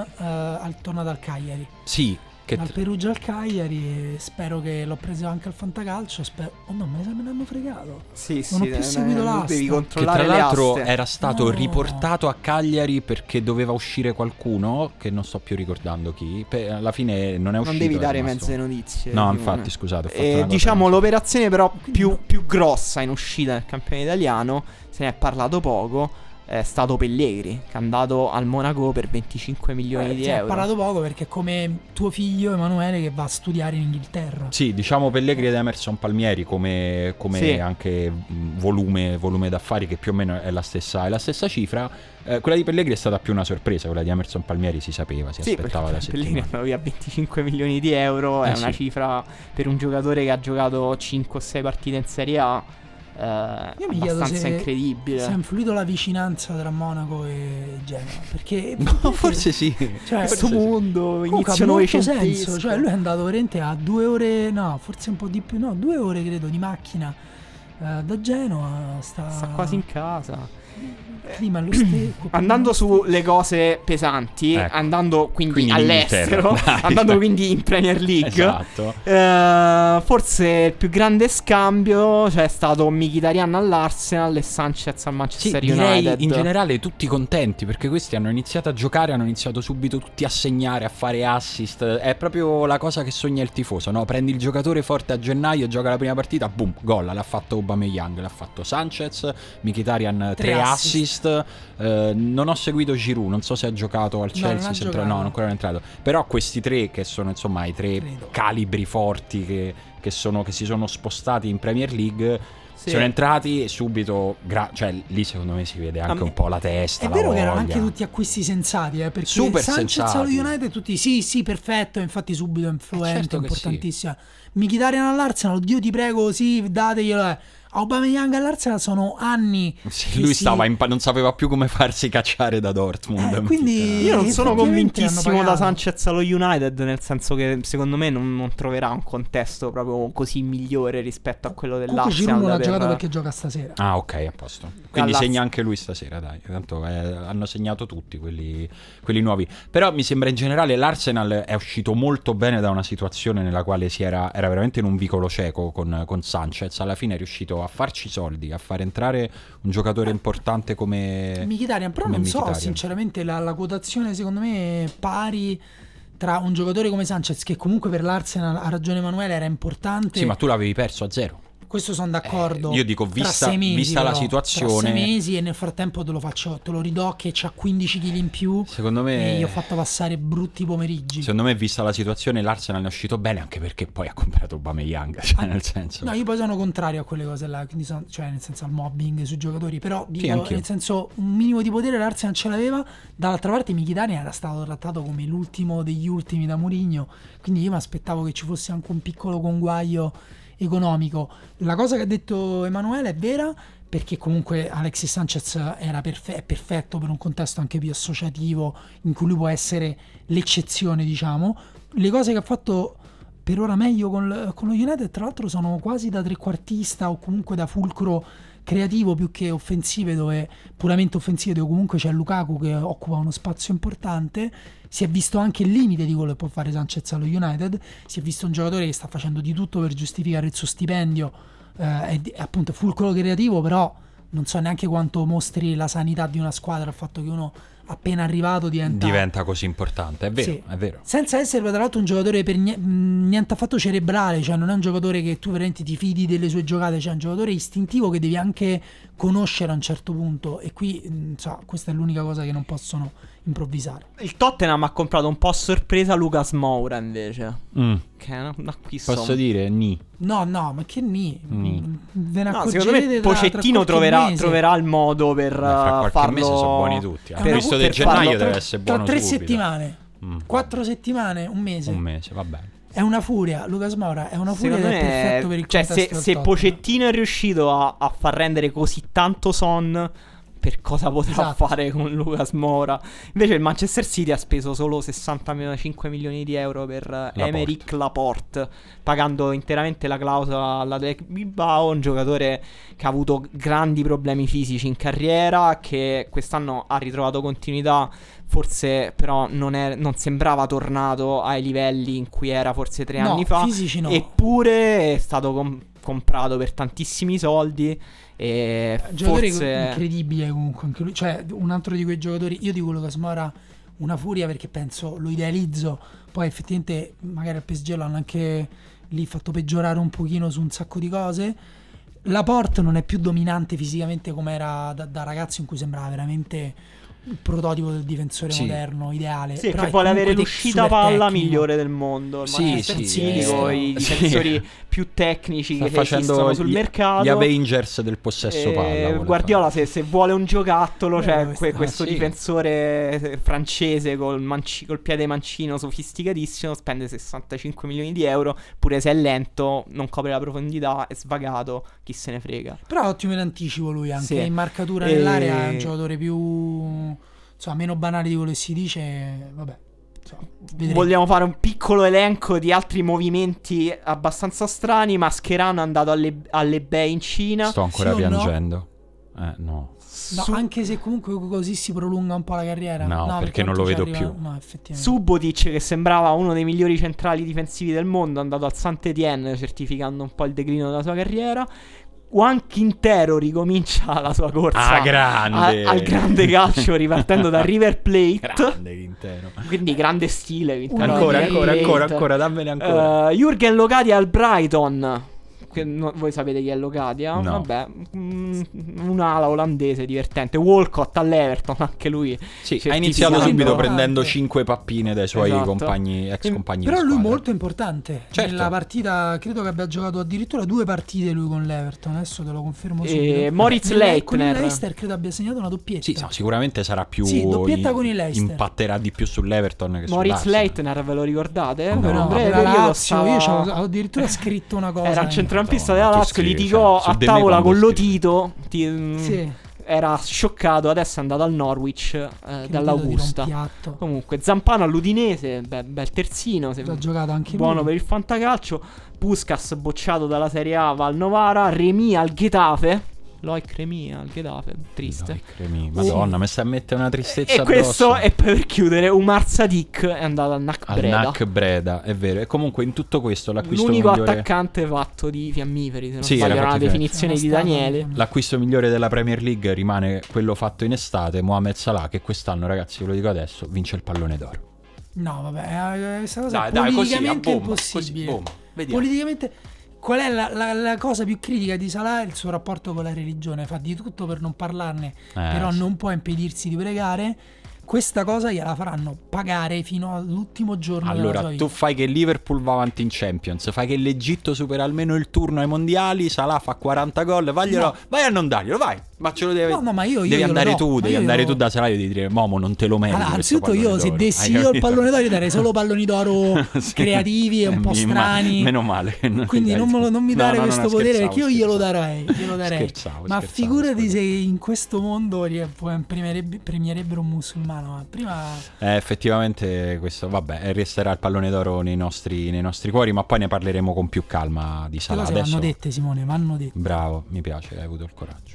Al tornato al Cagliari. Sì. Dal Perugia al Cagliari, spero che l'ho preso anche al Fantacalcio. Oh no, me ne hanno fregato. Sì, Non ho più seguito l'asta. Devi Che controllare tra l'altro le aste. era stato No. riportato a Cagliari perché doveva uscire qualcuno, che non sto più ricordando chi, alla fine non è uscito. Non devi è dare rimasto- mezze notizie. No, Simone. infatti, scusate, ho fatto una cosa diciamo che- l'operazione però più grossa in uscita nel campione italiano, se ne è parlato poco, è stato Pellegrini, che è andato al Monaco per 25 milioni di Si è euro. parlato poco perché è come tuo figlio Emanuele che va a studiare in Inghilterra. Sì, diciamo Pellegrini ed Emerson Palmieri come Sì. anche volume d'affari, che più o meno è la stessa cifra. Quella di Pellegrini è stata più una sorpresa, quella di Emerson Palmieri si sapeva, si Sì, aspettava da perché Pellegrini settimane. è andato via 25 milioni di euro, è Sì. una cifra per un giocatore che ha giocato 5 o 6 partite in Serie A. Io mi chiedo abbastanza se incredibile. ha influito la vicinanza tra Monaco e Genova, perché No, forse sì. cioè, Questo mondo comunque ha inizio molto senso, novecentesco. cioè lui è andato veramente a 2 ore, no, forse un po' di più, no, 2 ore credo di macchina da Genova, sta quasi in casa. il clima è lo stesso. Andando sulle cose pesanti, Ecco. andando quindi in all'estero, Inghilterra, dai. andando quindi in Premier League, Esatto. forse il più grande scambio c'è stato Mkhitaryan all'Arsenal e Sanchez al Sì, Manchester direi United. in generale tutti contenti, perché questi hanno iniziato a giocare, hanno iniziato subito tutti a segnare, a fare assist. È proprio la cosa che sogna il tifoso, no? Prendi il giocatore forte a gennaio, gioca la prima partita, boom, gol, l'ha fatto Aubameyang, l'ha fatto Sanchez, Mkhitaryan 3 assist. Non ho seguito Giroud, non so se ha giocato al Chelsea, non ha giocato. no, ancora non è entrato. Però questi tre che sono insomma i tre Credo. calibri forti che si sono spostati in Premier League. Sì. Sono entrati e subito, cioè lì secondo me si vede anche un po' la testa. È la vero che erano voglia. anche tutti acquisti sensati, perché Super Sanchez sensati. allo United tutti sì, perfetto, infatti subito influente, certo che importantissimo. Mkhitaryan all'Arsenal, Dio ti prego, sì, dateglielo. Aubameyang all'Arsenal sono anni. Sì, che lui si- stava non sapeva più come farsi cacciare da Dortmund. quindi Io non sono effettivamente convintissimo hanno da pagato. Sanchez allo United, nel senso che secondo me non troverà un contesto proprio così migliore rispetto a quello Comunque Giroud dell'Arsenal. non ha per- giocato perché gioca stasera. Ah, ok, a posto. Quindi Alla- segna anche lui stasera, dai. Tanto hanno segnato tutti quelli nuovi. Però mi sembra in generale l'Arsenal è uscito molto bene da una situazione nella quale era veramente in un vicolo cieco con Sanchez. Alla fine è riuscito a farci soldi, a far entrare un giocatore importante come Mkhitaryan, però come non so, Mkhitaryan. sinceramente la quotazione secondo me è pari tra un giocatore come Sanchez, che comunque per l'Arsenal, ha ragione Emanuele, era importante. Sì, ma tu l'avevi perso a 0. Questo sono d'accordo. Io dico, Tra vista- 6 mesi, vista la però, situazione- tra 6 mesi e nel frattempo te lo ridò che c'ha 15 kg in più. Secondo me E gli ho fatto passare brutti pomeriggi. Secondo me, vista la situazione, l'Arsenal ne è uscito bene, anche perché poi ha comprato Aubameyang, cioè nel senso. No, io poi sono contrario a quelle cose là, quindi cioè nel senso al mobbing sui giocatori, però dico, anch'io. nel senso un minimo di potere l'Arsenal ce l'aveva. Dall'altra parte Mkhitaryan era stato trattato come l'ultimo degli ultimi da Mourinho, quindi io mi aspettavo che ci fosse anche un piccolo conguaglio economico. La cosa che ha detto Emanuele è vera, perché comunque Alexis Sanchez era è perfetto per un contesto anche più associativo in cui lui può essere l'eccezione, diciamo. Le cose che ha fatto per ora meglio con lo United, tra l'altro, sono quasi da trequartista o comunque da fulcro creativo più che offensive, puramente offensive, dove comunque c'è Lukaku che occupa uno spazio importante. Si è visto anche il limite di quello che può fare Sanchez allo United. Si è visto un giocatore che sta facendo di tutto per giustificare il suo stipendio, è appunto fulcro creativo, però non so neanche quanto mostri la sanità di una squadra il fatto che uno appena arrivato diventa così importante, è vero, Sì. è vero. Senza essere tra l'altro un giocatore per niente affatto cerebrale, cioè non è un giocatore che tu veramente ti fidi delle sue giocate, cioè è un giocatore istintivo che devi anche conoscere a un certo punto, e qui questa è l'unica cosa che non possono improvvisare. Il Tottenham ha comprato un po' a sorpresa Lucas Moura invece, che è un acquisto. Posso dire ni. No, ma che ve ne No, accorgerete secondo me tra Pochettino qualche mese. troverà il modo per Fra qualche farlo. mese sono buoni tutti. È A una questo del per farlo gennaio tra- deve essere Tra buono 3 subito. settimane, 4 settimane, un mese. Un mese, va bene. È una furia, Lucas Moura è una furia Secondo ed è me, perfetto per il cioè, contesto del se Tottenham. Pochettino è riuscito a far rendere così tanto Son, per cosa potrà Esatto. fare con Lucas Moura? Invece il Manchester City ha speso solo 65 milioni di euro per Emerick Laporte, pagando interamente la clausola all'Athletic Bilbao, un giocatore che ha avuto grandi problemi fisici in carriera, che quest'anno ha ritrovato continuità, forse però non sembrava tornato ai livelli in cui era forse 3 No, anni fa, fisici no. eppure è stato comprato per tantissimi soldi. E Giocatore forse incredibile comunque anche lui, cioè un altro di quei giocatori. Io dico Lucas Moura una furia perché penso, lo idealizzo, poi effettivamente magari al PSG l'hanno anche lì fatto peggiorare un pochino su un sacco di cose. Laporte non è più dominante fisicamente come era da ragazzo, in cui sembrava veramente il prototipo del difensore moderno, ideale. Sì, però che vuole avere l'uscita palla tecnico. migliore del mondo. Sì, i difensori più tecnici sta che facendo esistono sul mercato. Gli Avengers del possesso palla. Guardiola se vuole un giocattolo, questo sì. difensore francese col piede mancino sofisticatissimo spende 65 milioni di euro, pure se è lento, non copre la profondità, è svagato, chi se ne frega. Però ottimo in anticipo lui, anche Sì. in marcatura nell'area, è un giocatore più, insomma, meno banale di quello che si dice, vabbè. Vedremo. Vogliamo fare un piccolo elenco di altri movimenti abbastanza strani. Mascherano è andato all'eBay in Cina. Sto ancora Sì o no? piangendo. No. No, anche se comunque così si prolunga un po' la carriera. No, perché non lo vedo più. No, effettivamente. Subotic, che sembrava uno dei migliori centrali difensivi del mondo, è andato al Saint-Étienne, certificando un po' il declino della sua carriera. Juan Quintero ricomincia la sua corsa grande al grande calcio, ripartendo da River Plate. Grande Quintero. Quindi grande stile Quintero. Ancora, dammene ancora. Jürgen Locadia al Brighton. Voi sapete chi è Locadia? No. Vabbè, un'ala olandese divertente. Walcott all'Everton, anche lui. Sì, ha iniziato subito importante. prendendo 5 pappine dai suoi Esatto. compagni, ex compagni Però di lui squadra. molto importante. Certo. Nella partita, credo che abbia giocato addirittura 2 partite lui con l'Everton. Adesso te lo confermo subito. Moritz Con il Leitner. Leicester credo abbia segnato una doppietta. Sì, sicuramente sarà più. Sì, doppietta con il Leicester. Impatterà di più sull'Everton che Moritz sull'Arsenal. Leitner, ve lo ricordate? No, Per un no, breve la periodo Lazio, io ho addirittura scritto una cosa. era un centrocampista Madonna, della tu Lazio, scrivi, litigò cioè, su a di me tavola quando con scrivi. Lotito. Sì. Era scioccato, adesso è andato al Norwich dall'Augusta. Piatto. Comunque Zampano all'Udinese, bel terzino, Ha giocato anche buono lui. per il fantacalcio. Puskas bocciato dalla Serie A, va al Novara. Remy al Getafe. Loic Remy al Getafe, triste. Madonna, mi sta a mettere una tristezza E questo addosso. è per chiudere. Umar Sadik è andato al NAC Al Breda. NAC Breda, è vero. E comunque in tutto questo l'acquisto L'unico migliore, attaccante fatto di fiammiferi, se non Sì, sbaglio, era era una fatto di definizione di Daniele. l'acquisto migliore della Premier League rimane quello fatto in estate, Mohamed Salah, che quest'anno, ragazzi, ve lo dico adesso, vince il pallone d'oro. No, vabbè, questa cosa è Dai, così, a politicamente bomba, impossibile. così, boom, vediamo. Politicamente, qual è la cosa più critica di Salah? Il suo rapporto con la religione. Fa di tutto per non parlarne, però sì. non può impedirsi di pregare. Questa cosa gliela faranno pagare fino all'ultimo giorno della sua Allora, vita. tu fai che il Liverpool va avanti in Champions, fai che l'Egitto supera almeno il turno ai mondiali, Salah fa 40 gol, vai a non darglielo, vai. Ma ce lo devi. No, ma io devi glielo andare do, tu, ma devi io andare glielo- tu da Salah e devi dire Momo, non te lo meriti. Allora, questo anzitutto io, se pallone dessi d'oro. io Hai il capito? pallone d'oro, io darei solo palloni d'oro Sì. creativi e un po' strani. Meno male. che non Quindi li dai non, tu. non mi dare No, questo no, potere, scherzavo, perché io glielo scherzavo. darei. Scherzavo, Ma scherzavo, figurati scusa. se in questo mondo premierebbero un musulmano. Ma prima Effettivamente questo, vabbè, resterà il pallone d'oro nei nostri cuori, ma poi ne parleremo con più calma di le Salah. cose Adesso vanno dette, Simone, vanno dette. bravo, mi piace, hai avuto il coraggio.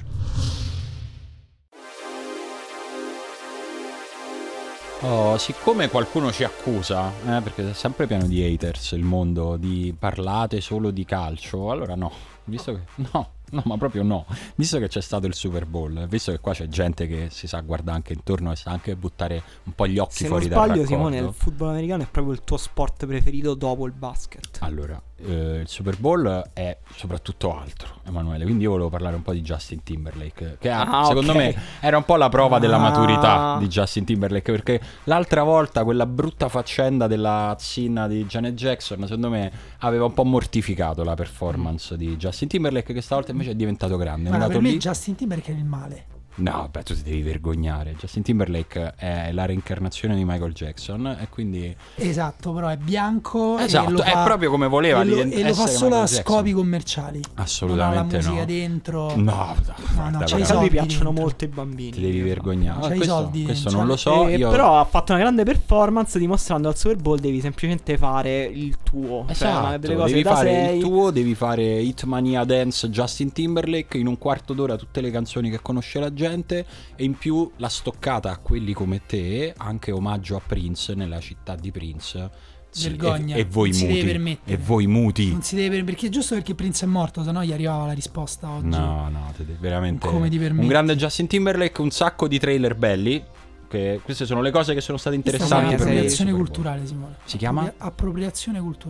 Oh, siccome qualcuno ci accusa, perché è sempre pieno di haters il mondo, di parlate solo di calcio, allora no, visto che no, ma proprio no, visto che c'è stato il Super Bowl, visto che qua c'è gente che si sa guardare anche intorno e sa anche buttare un po' gli occhi Se non fuori dal sbaglio, raccordo. Simone, il football americano è proprio il tuo sport preferito dopo il basket. Allora, il Super Bowl è soprattutto altro, Emanuele, quindi io volevo parlare un po' di Justin Timberlake, che secondo ok. me era un po' la prova della maturità di Justin Timberlake, perché l'altra volta quella brutta faccenda della zinna di Janet Jackson, secondo me aveva un po' mortificato la performance di Justin Timberlake, che stavolta invece è diventato grande. È Guarda, andato per me lì. Justin Timberlake è il male. No, beh, tu ti devi vergognare. Justin Timberlake è la reincarnazione di Michael Jackson e quindi... Esatto, però è bianco. Esatto, e lo è fa, proprio come voleva e lo essere fa solo Michael a Jackson. scopi commerciali. Assolutamente non ha la musica no. dentro. No, guarda, c'ha A i lui soldi piacciono dentro. molto i bambini. ti devi vergognare. C'ha i questo soldi questo dentro. non lo so. Io... Però ha fatto una grande performance, dimostrando al Super Bowl devi semplicemente fare il tuo. Cioè, Esatto, delle cose devi da fare sei. il tuo, devi fare Hitmania Dance Justin Timberlake in un quarto d'ora, tutte le canzoni che conosce la gente, e in più la stoccata a quelli come te, anche omaggio a Prince nella città di Prince. Sì, Vergogna, e voi non si deve muti. permettere. E voi muti. Non si deve, perché giusto perché Prince è morto, sennò gli arrivava la risposta oggi. No, veramente Come ti permetti? un grande Justin Timberlake, un sacco di trailer belli. Che queste sono le cose che sono state Questa è interessanti per me. un'appropriazione del Super Bowl. culturale, Simone. Si chiama? Appropriazione culturale.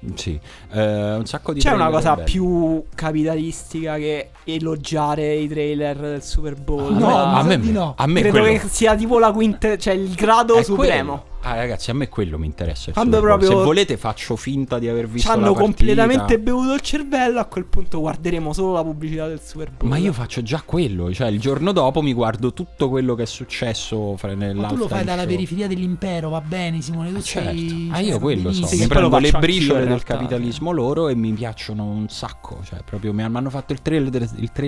Sì, un sacco di C'è una trailer cosa belli. più capitalistica che elogiare i trailer del Super Bowl? No, a me, di no. a me Credo quello, che sia tipo la quinta, cioè il grado è supremo. quello. Ah, ragazzi, a me quello mi interessa. Il Quando Super Bowl. proprio Se volete, faccio finta di aver visto Ci la hanno partita. completamente bevuto il cervello. A quel punto guarderemo solo la pubblicità del Super Bowl. Ma io faccio già quello, cioè il giorno dopo mi guardo tutto quello che è successo Ma tu lo fai dalla periferia dell'impero, va bene, Simone, tu sei... Ah, io quello so, Sì, mi che poi lo prendo le faccio anch'io, briciole in del realtà. capitalismo loro e mi piacciono un sacco, cioè proprio mi hanno fatto il trailer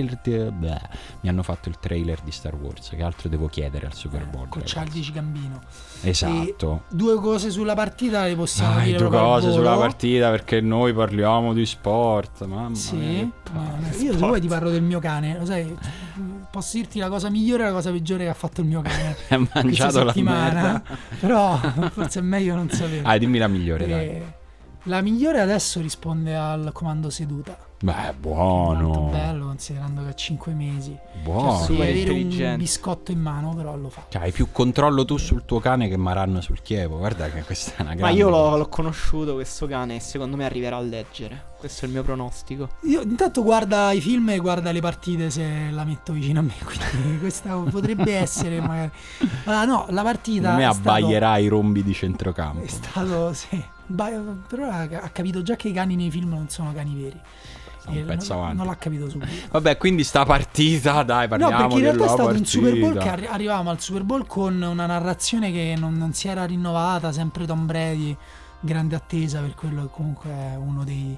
mi hanno fatto il trailer di Star Wars, che altro devo chiedere al Super Bowl, Con ragazzi. Childish Gambino. Esatto. E due cose sulla partita le possiamo Dai, dire due proprio al cose volo. sulla partita perché noi parliamo di sport, mamma Sì, mia, che io se sport. vuoi ti parlo del mio cane, lo sai, posso dirti la cosa migliore e la cosa peggiore che ha fatto il mio cane Hai questa mangiato la settimana, merda. però forse è meglio non sapere. Dimmi la migliore, dai. La migliore adesso risponde al comando seduta. Beh, Molto buono. bello considerando che ha 5 mesi. Buono. Super Devi avere un intelligente. biscotto in mano, però lo fa. Cioè, hai più controllo tu sul tuo cane che Maran sul Chievo. Guarda che questa è una grande Ma io cosa. l'ho conosciuto questo cane e secondo me arriverà a leggere. Questo è il mio pronostico. Io intanto guarda i film e guarda le partite se la metto vicino a me, quindi questa potrebbe essere magari. Allora, no, la partita A me è stato- abbaglierà i rombi di centrocampo. È stato, sì. Però ha capito già che i cani nei film non sono cani veri. Un pezzo avanti. Non l'ha capito subito. Vabbè, quindi sta partita, dai, No, parliamo perché in realtà è della stato un partita. Super Bowl che arrivavamo al Super Bowl con una narrazione che non si era rinnovata, sempre Tom Brady, grande attesa per quello che comunque è uno dei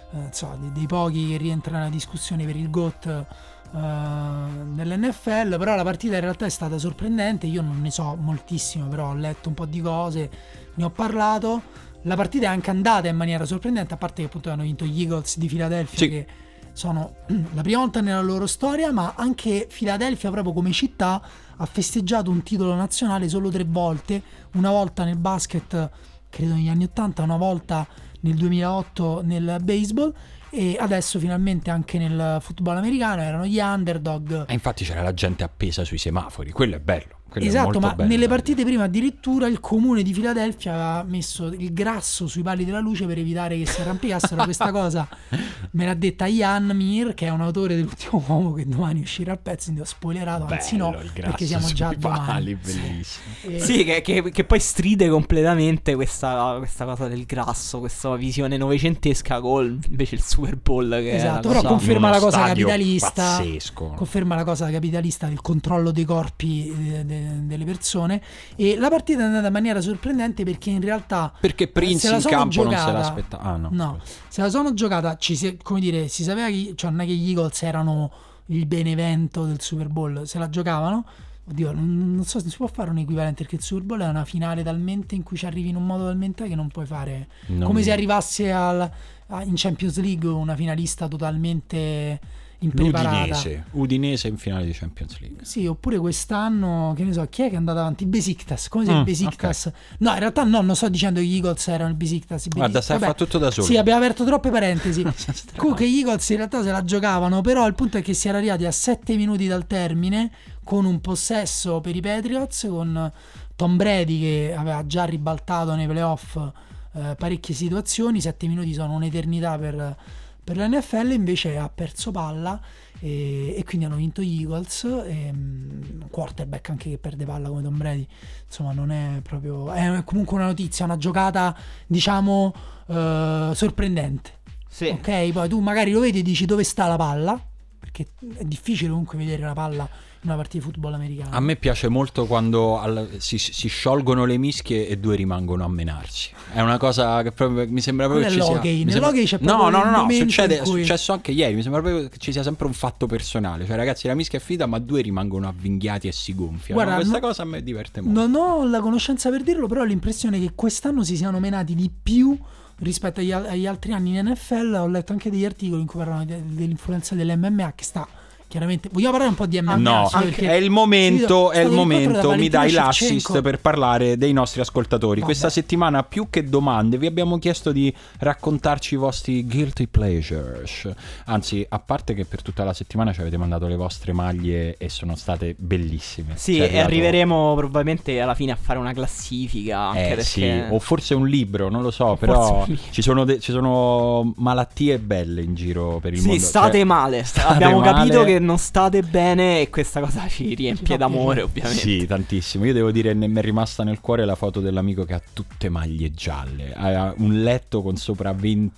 pochi che rientra nella discussione per il GOAT nell'NFL. Però la partita in realtà è stata sorprendente, io non ne so moltissimo, però ho letto un po' di cose, ne ho parlato. La partita è anche andata in maniera sorprendente, a parte che appunto hanno vinto gli Eagles di Philadelphia, Sì. che sono la prima volta nella loro storia, ma anche Philadelphia proprio come città ha festeggiato un titolo nazionale solo 3 volte, una volta nel basket credo negli anni 80, una volta nel 2008 nel baseball e adesso finalmente anche nel football americano. Erano gli underdog. E infatti c'era la gente appesa sui semafori, quello è bello. Quello è Esatto, molto ma bello, nelle bello. partite prima addirittura il comune di Filadelfia aveva messo il grasso sui pali della luce per evitare che si arrampicassero. Questa cosa me l'ha detta Ian Mir, che è un autore dell'Ultimo Uomo, che domani uscirà il pezzo, quindi ho spoilerato, anzi no, Bello, il grasso perché siamo già sui domani. pali, bellissimo. Sì, che poi stride completamente questa cosa del grasso, questa visione novecentesca con invece il Super Bowl che Esatto, è una però cosa- conferma Uno la cosa stadio capitalista. pazzesco. Conferma la cosa capitalista del controllo dei corpi delle persone. E la partita è andata in maniera sorprendente perché in realtà Perché Prince se la in sono campo non se giocata- l'aspettava. Ah, no. No, se la sono giocata, come dire, si sapeva che, cioè non è che gli Eagles erano il Benevento del Super Bowl, se la giocavano. Oddio, non so se si può fare un equivalente, perché il Super Bowl è una finale talmente in cui ci arrivi in un modo talmente che non puoi fare. Non- Come se arrivasse in Champions League una finalista totalmente impreparata. Udinese in finale di Champions League. Sì, oppure quest'anno, che ne so, chi è che è andato avanti? Il Besiktas, come se il Besiktas... No, in realtà no, non sto dicendo che gli Eagles erano il Besiktas. Guarda, stai a fare tutto da solo. Sì, abbiamo aperto troppe parentesi. Comunque gli Eagles in realtà se la giocavano, però il punto è che si era arrivati a 7 minuti dal termine con un possesso per i Patriots, con Tom Brady che aveva già ribaltato nei playoff parecchie situazioni. 7 minuti sono un'eternità per l'NFL, invece ha perso palla e quindi hanno vinto gli Eagles. Un quarterback anche che perde palla come Tom Brady, insomma non è proprio, è comunque una notizia, una giocata diciamo sorprendente. Sì. Ok, poi tu magari lo vedi e dici dove sta la palla, perché è difficile comunque vedere la palla in una partita di football americano. A me piace molto quando si sciolgono le mischie e due rimangono a menarsi. È una cosa che proprio mi sembra proprio che ci sia. Nell'hockey c'è No, proprio no, il no, momento succede, in è cui- successo anche ieri. Mi sembra proprio che ci sia sempre un fatto personale. Cioè, ragazzi, la mischia è finita, ma due rimangono avvinghiati e si gonfiano. Guarda, Questa no- cosa a me diverte molto. Non ho la conoscenza per dirlo, però ho l'impressione che quest'anno si siano menati di più rispetto agli altri anni in NFL. Ho letto anche degli articoli in cui parlano dell'influenza dell'MMA che sta chiaramente vogliamo parlare un po' di MMA. No, è il momento, mi dai l'assist Shevchenko per parlare dei nostri ascoltatori. Vabbè. Questa settimana più che domande vi abbiamo chiesto di raccontarci i vostri guilty pleasures. Anzi, a parte che per tutta la settimana ci avete mandato le vostre maglie e sono state bellissime. Sì, C'è e arrivato... arriveremo probabilmente alla fine a fare una classifica, anche perché... sì, o forse un libro, non lo so, però ci sono malattie belle in giro per il mondo. Sì, state cioè, male. state Abbiamo male. capito che non state bene e questa cosa ci riempie d'amore, ovviamente. Sì, tantissimo. Io devo dire, mi è rimasta nel cuore la foto dell'amico che ha tutte maglie gialle. Ha un letto con sopra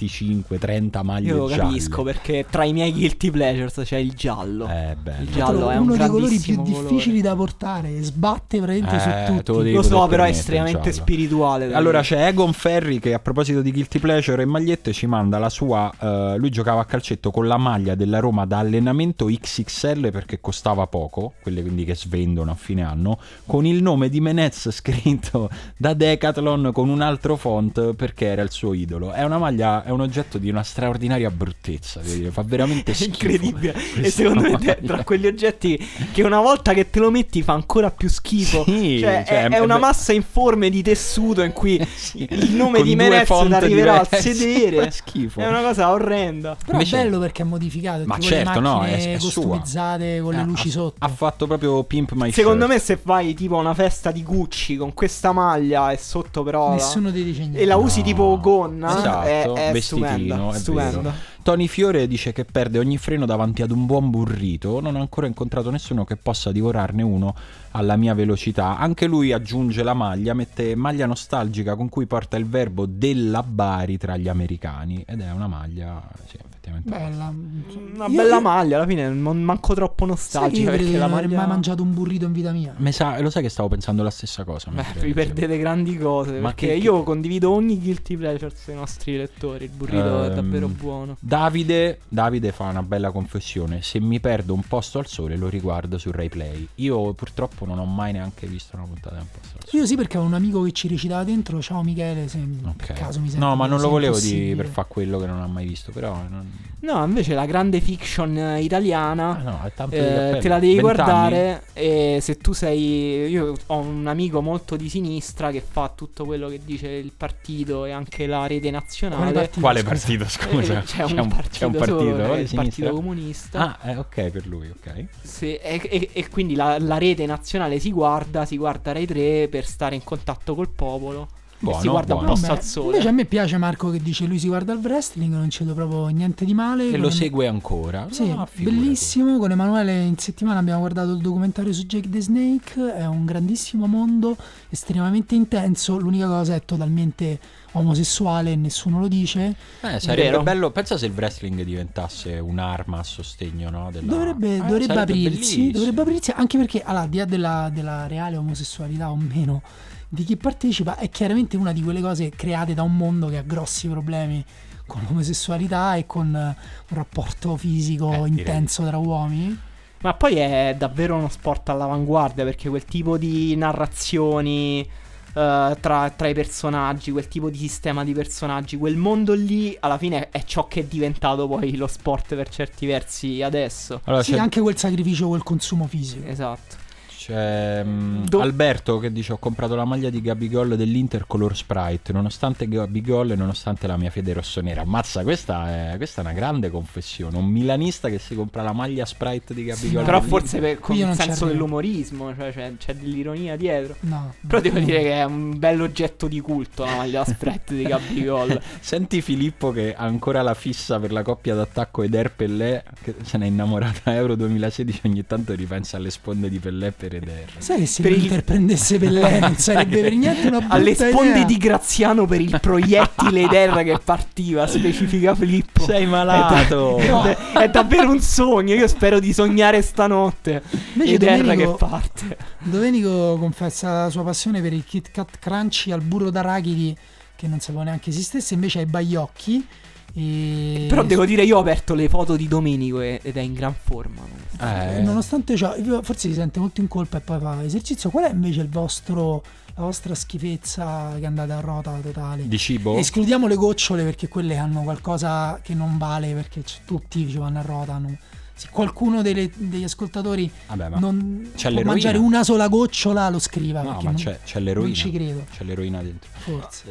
25-30 maglie Io lo gialle. capisco, perché tra i miei guilty pleasures c'è il giallo. Bello. Il giallo è uno dei colori più grandissimo difficili da portare, sbatte praticamente su te tutti. lo devi Lo so, poter però è permettere, estremamente giallo. spirituale. Allora c'è Egon Ferri che a proposito di guilty pleasure e magliette ci manda la sua lui giocava a calcetto con la maglia della Roma da allenamento XXL perché costava poco, quelle quindi che svendono a fine anno, con il nome di Menez scritto da Decathlon con un altro font perché era il suo idolo. È una maglia, è un oggetto di una straordinaria bruttezza, devo dire, fa veramente È schifo. incredibile. E questa secondo me maglia. tra quegli oggetti che una volta che te lo metti fa ancora più schifo. Sì, cioè, cioè, è una massa informe di tessuto in cui Sì, il nome con di due Menez font arriverà al diversi. sedere. Fa schifo. È una cosa orrenda. Però Invece- è bello perché è modificato. Ma con certo, le no, macchine è sua. customizzate con le luci sotto. Ha fatto proprio Pimp My Secondo Shirt. me se vai tipo a una festa di Gucci con questa maglia e sotto però Nessuno ti dice niente. e la usi No. tipo gonna, Esatto, è vestitino, stupenda, è stupenda. vero. Tony Fiore dice che perde ogni freno davanti ad un buon burrito. Non ho ancora incontrato nessuno che possa divorarne uno alla mia velocità. Anche lui aggiunge la maglia, mette maglia nostalgica con cui porta il verbo della Bari tra gli americani. Ed è una maglia, sì, effettivamente. Bella. Una bella maglia, alla fine non manco troppo Sai che nostalgica io credo perché di la non aver maglia mai mangiato un burrito in vita mia. Lo sai che stavo pensando la stessa cosa. vi perdete grandi cose. Ma Perché che- io condivido ogni guilty pleasure ai nostri lettori. Il burrito è davvero buono. Davide fa una bella confessione. Se mi perdo un posto al sole lo riguardo su Rai Play. Io purtroppo non ho mai neanche visto una puntata di un posto al sole. Io sì, perché avevo un amico che ci recitava dentro. Ciao Michele, se Ok. per caso mi sento No, ma non così lo volevo dire impossibile. per fare quello che non ha mai visto. Però No, invece la grande fiction italiana no, è tanto di cappello. te la devi 20 anni? guardare. E se tu sei... Io ho un amico molto di sinistra che fa tutto quello che dice il partito e anche la rete nazionale. Quale Scusa. partito, scusa? C'è un partito solo, di il sinistra? Partito Comunista. Ah, ok, per lui, ok. Sì, e quindi la rete nazionale si guarda Rai 3 per stare in contatto col popolo. Buono, e si guarda buono. un posto Vabbè, al sole. Invece a me piace Marco che dice lui si guarda al wrestling, non c'è proprio niente di male. E Con lo Em- segue ancora? Sì, No, figurati. bellissimo. Con Emanuele in settimana abbiamo guardato il documentario su Jake the Snake. È un grandissimo mondo, estremamente intenso. L'unica cosa è totalmente omosessuale e nessuno lo dice. Sarebbe Vero. bello. Pensa se il wrestling diventasse un'arma a sostegno, no? Dovrebbe sarebbe aprirsi, bellissimo. anche perché al di là della reale omosessualità o meno di chi partecipa, è chiaramente una di quelle cose create da un mondo che ha grossi problemi con l'omosessualità e con un rapporto fisico direi. intenso tra uomini. Ma poi è davvero uno sport all'avanguardia, perché quel tipo di narrazioni tra i personaggi, quel tipo di sistema di personaggi, quel mondo lì alla fine è ciò che è diventato poi lo sport per certi versi adesso. Allora, Sì, anche quel sacrificio, quel consumo fisico. Esatto. c'è Alberto che dice: ho comprato la maglia di Gabigol dell'Inter color Sprite, nonostante Gabigol e nonostante la mia fede rossonera. Ammazza, questa è una grande confessione. Un milanista che si compra la maglia Sprite di Gabigol. Sì, Però no, forse con io il non ci senso arrivo. dell'umorismo, cioè c'è dell'ironia dietro. No, Però devo dire che è un bell'oggetto di culto la maglia spread di Gabigol. Senti Filippo che ha ancora la fissa per la coppia d'attacco Eder Pellè, che se n'è innamorata a Euro 2016, ogni tanto ripensa alle sponde di Pellè per Eder. sai che se Per il- l'Inter prendesse Pellè non sarebbe per niente una brutta Alle sponde idea. di Graziano per il proiettile Eder che partiva, specifica Filippo. Sei malato! È davvero un sogno, io spero di sognare stanotte. Invece Eder Domenico- che parte. Domenico confessa la sua passione per il Kit Kat Crunchy al burro d'arachidi, che non sapevo neanche esistesse, invece ai baiocchi. E... Però devo dire, io ho aperto le foto di Domenico ed è in gran forma. nonostante ciò, forse si sente molto in colpa e poi fa esercizio. Qual è invece la vostra schifezza che andate a rota totale? Di cibo? Escludiamo le gocciole, perché quelle hanno qualcosa che non vale, perché tutti ci vanno a rota, se qualcuno degli ascoltatori Vabbè, ma non c'è può l'eroina? mangiare una sola gocciola, lo scriva. No, perché ma non, c'è l'eroina. Non ci credo. C'è l'eroina dentro. Forse.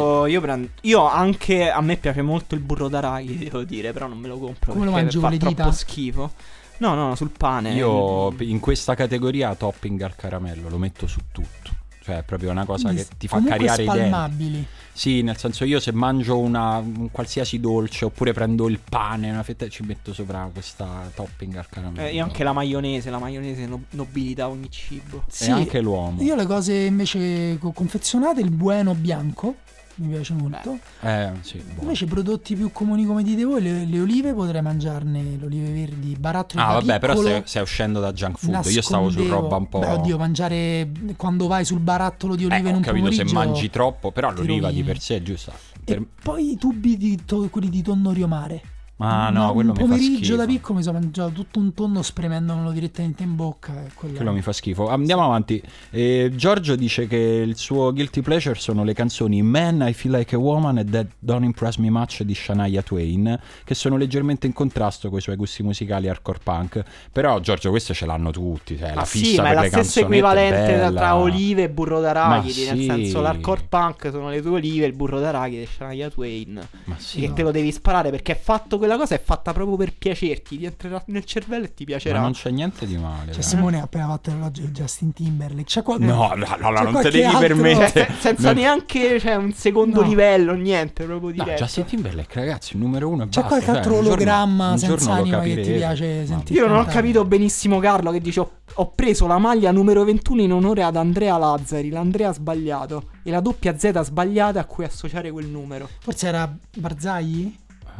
Io anche, a me piace molto il burro d'arachidi, devo dire, però non me lo compro. Come lo perché mangi, fa con le dita? troppo schifo. No, sul pane. Io in questa categoria topping al caramello lo metto su tutto. Cioè è proprio una cosa Quindi che ti fa comunque cariare i denti. spalmabili. Sì, nel senso, io se mangio un qualsiasi dolce oppure prendo il pane, una fetta, ci metto sopra questa topping al caramello. Io anche la maionese nobilita ogni cibo. Sì, E anche l'uomo. Io le cose invece confezionate, il bueno bianco mi piace molto. Sì, buono. Invece prodotti più comuni, come dite voi, le olive, potrei mangiarne le olive verdi, barattoli da vabbè, però piccolo. stai uscendo da junk food. Io stavo su roba un po'. Beh, oddio, mangiare quando vai sul barattolo di olive in un capito, pomeriggio, se mangi troppo, però ti l'oliva rovini. di per sé è giusta. E poi i tubi quelli di tonno riomare. Ah no, quello un mi fa pomeriggio schifo. da piccolo mi sono mangiato tutto un tonno spremendomelo direttamente in bocca e quello mi fa schifo. Andiamo avanti. Giorgio dice che il suo guilty pleasure sono le canzoni Man, I Feel Like a Woman e That Don't Impress Me Much di Shania Twain, che sono leggermente in contrasto con i suoi gusti musicali hardcore punk. Però Giorgio, queste ce l'hanno tutti, cioè, la fissa ma per è le la stessa canzonette equivalente bella. tra olive e burro d'arachidi. Ma Nel sì. senso, l'hardcore punk sono le tue olive, il burro d'arachidi è Shania Twain. Ma sì, Che te lo devi sparare perché è fatto, quella cosa è fatta proprio per piacerti, ti entrerà nel cervello e ti piacerà. ma non c'è niente di male. Cioè, Simone ha appena fatto l'elogio di Justin Timberlake. C'è No, c'è non te qualche devi altro? permettere. Senza Non- neanche un secondo No. livello, niente, proprio No, diretto. Justin Timberlake, ragazzi, il numero uno e C'è basta. qualche cioè, altro un giorno- ologramma un senza giorno lo anima che ti capirete. piace Ma- sentire? Io non ho cantare? capito benissimo Carlo che dice ho preso la maglia numero 21 in onore ad Andrea Lazzari, l'Andrea sbagliato e la doppia Z sbagliata a cui associare quel numero. Forse era Barzagli?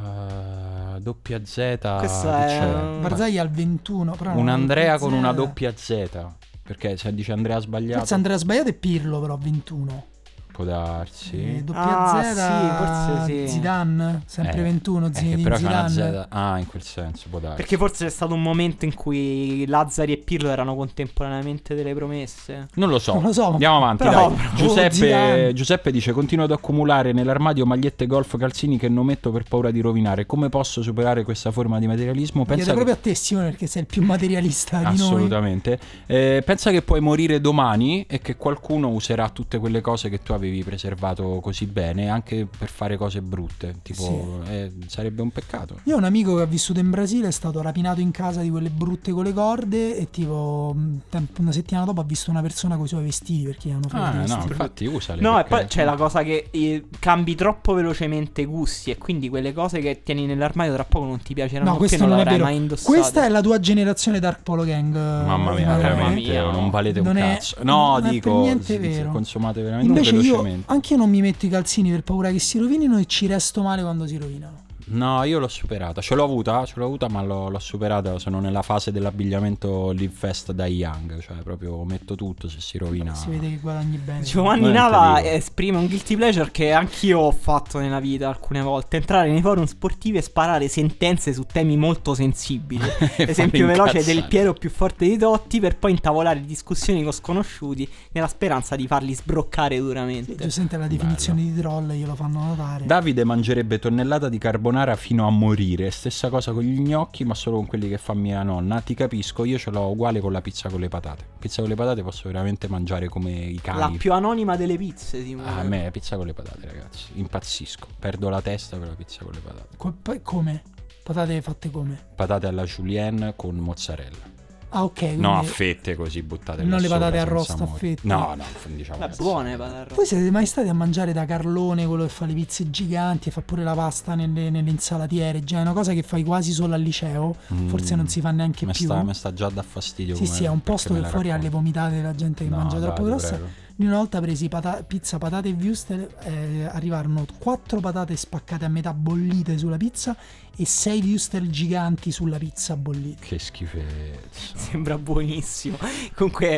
Doppia Z. Questo chi è- c'è? Barzagli al 21. Però Un non- Andrea con Z. una doppia Z. Perché se dice Andrea sbagliato Forse Andrea sbagliato e Pirlo però 21. può darsi. Doppia Z, sì, forse sì. Zidane, sempre Eh, 21, che Zinedine però c'è una Zidane. Z. Ah, in quel senso può darsi. Perché forse c'è stato un momento in cui Lazzari e Pirlo erano contemporaneamente delle promesse. Non lo so. Non lo so, ma- Andiamo avanti. però- Dai. Zidane. Giuseppe dice: continuo ad accumulare nell'armadio magliette golf calzini che non metto per paura di rovinare. Come posso superare questa forma di materialismo? Chiede proprio a te, Simone, perché sei il più materialista di noi. Assolutamente. Pensa che puoi morire domani e che qualcuno userà tutte quelle cose che tu avevi preservato così bene anche per fare cose brutte. Tipo, sarebbe un peccato. Io ho un amico che ha vissuto in Brasile, è stato rapinato in casa di quelle brutte con le corde e tipo una settimana dopo ha visto una persona con i suoi vestiti perché gli hanno fatto i No, vestiti. infatti usale. No, e perché- poi c'è la cosa che cambi troppo velocemente i gusti e quindi quelle cose che tieni nell'armadio tra poco non ti piaceranno No, più, questo non non le è avrai vero. mai indossato. Questa è la tua generazione Dark Polo Gang. Mamma mia, Emanuele. veramente mia. non valete un Non è- cazzo. No, non è dico, per niente si vero. consumate veramente Invece io, velocemente. anche io non mi metto i calzini per paura che si rovinino e ci resto male quando si rovinano. No, io l'ho superata. Ce l'ho avuta, ma l'ho superata. Sono nella fase dell'abbigliamento Live Fest da Young. Cioè, proprio metto tutto se si rovina. Si vede che guadagni bene. Giovanni Niente, Nava dico. esprime un guilty pleasure che anch'io ho fatto nella vita alcune volte: entrare nei forum sportivi e sparare sentenze su temi molto sensibili. Esempio veloce incazzare. del Piero più forte di Totti, per poi intavolare discussioni con sconosciuti nella speranza di farli sbroccare duramente. Giustamente la definizione di troll glielo fanno notare. Davide mangerebbe tonnellata di carbonara fino a morire. Stessa cosa con gli gnocchi, ma solo con quelli che fa mia nonna. Ti capisco, io ce l'ho uguale con la pizza con le patate. Pizza con le patate posso veramente mangiare come i cani. La più anonima delle pizze, Simone. A me pizza con le patate, ragazzi. Impazzisco. Perdo la testa per la pizza con le patate. Poi come? Patate fatte come? Patate alla julienne con mozzarella. Ah, ok. Quindi No, a fette così buttate. non là le patate sopra, arrosto senza a amore. fette. No, diciamo. Beh, buone patate. Voi siete mai stati a mangiare da Carlone, quello che fa le pizze giganti e fa pure la pasta nelle insalatiere? Già è una cosa che fai quasi solo al liceo. Forse non si fa neanche più. Mi sta già da fastidio. Sì, sì, è un posto che fuori ha le vomitate della gente che mangia troppo grossa. Una volta presi pizza, patate e wurstel, arrivarono 4 patate spaccate a metà bollite sulla pizza e 6 wurstel giganti sulla pizza bollite. Che schifezza. Sembra buonissimo. Comunque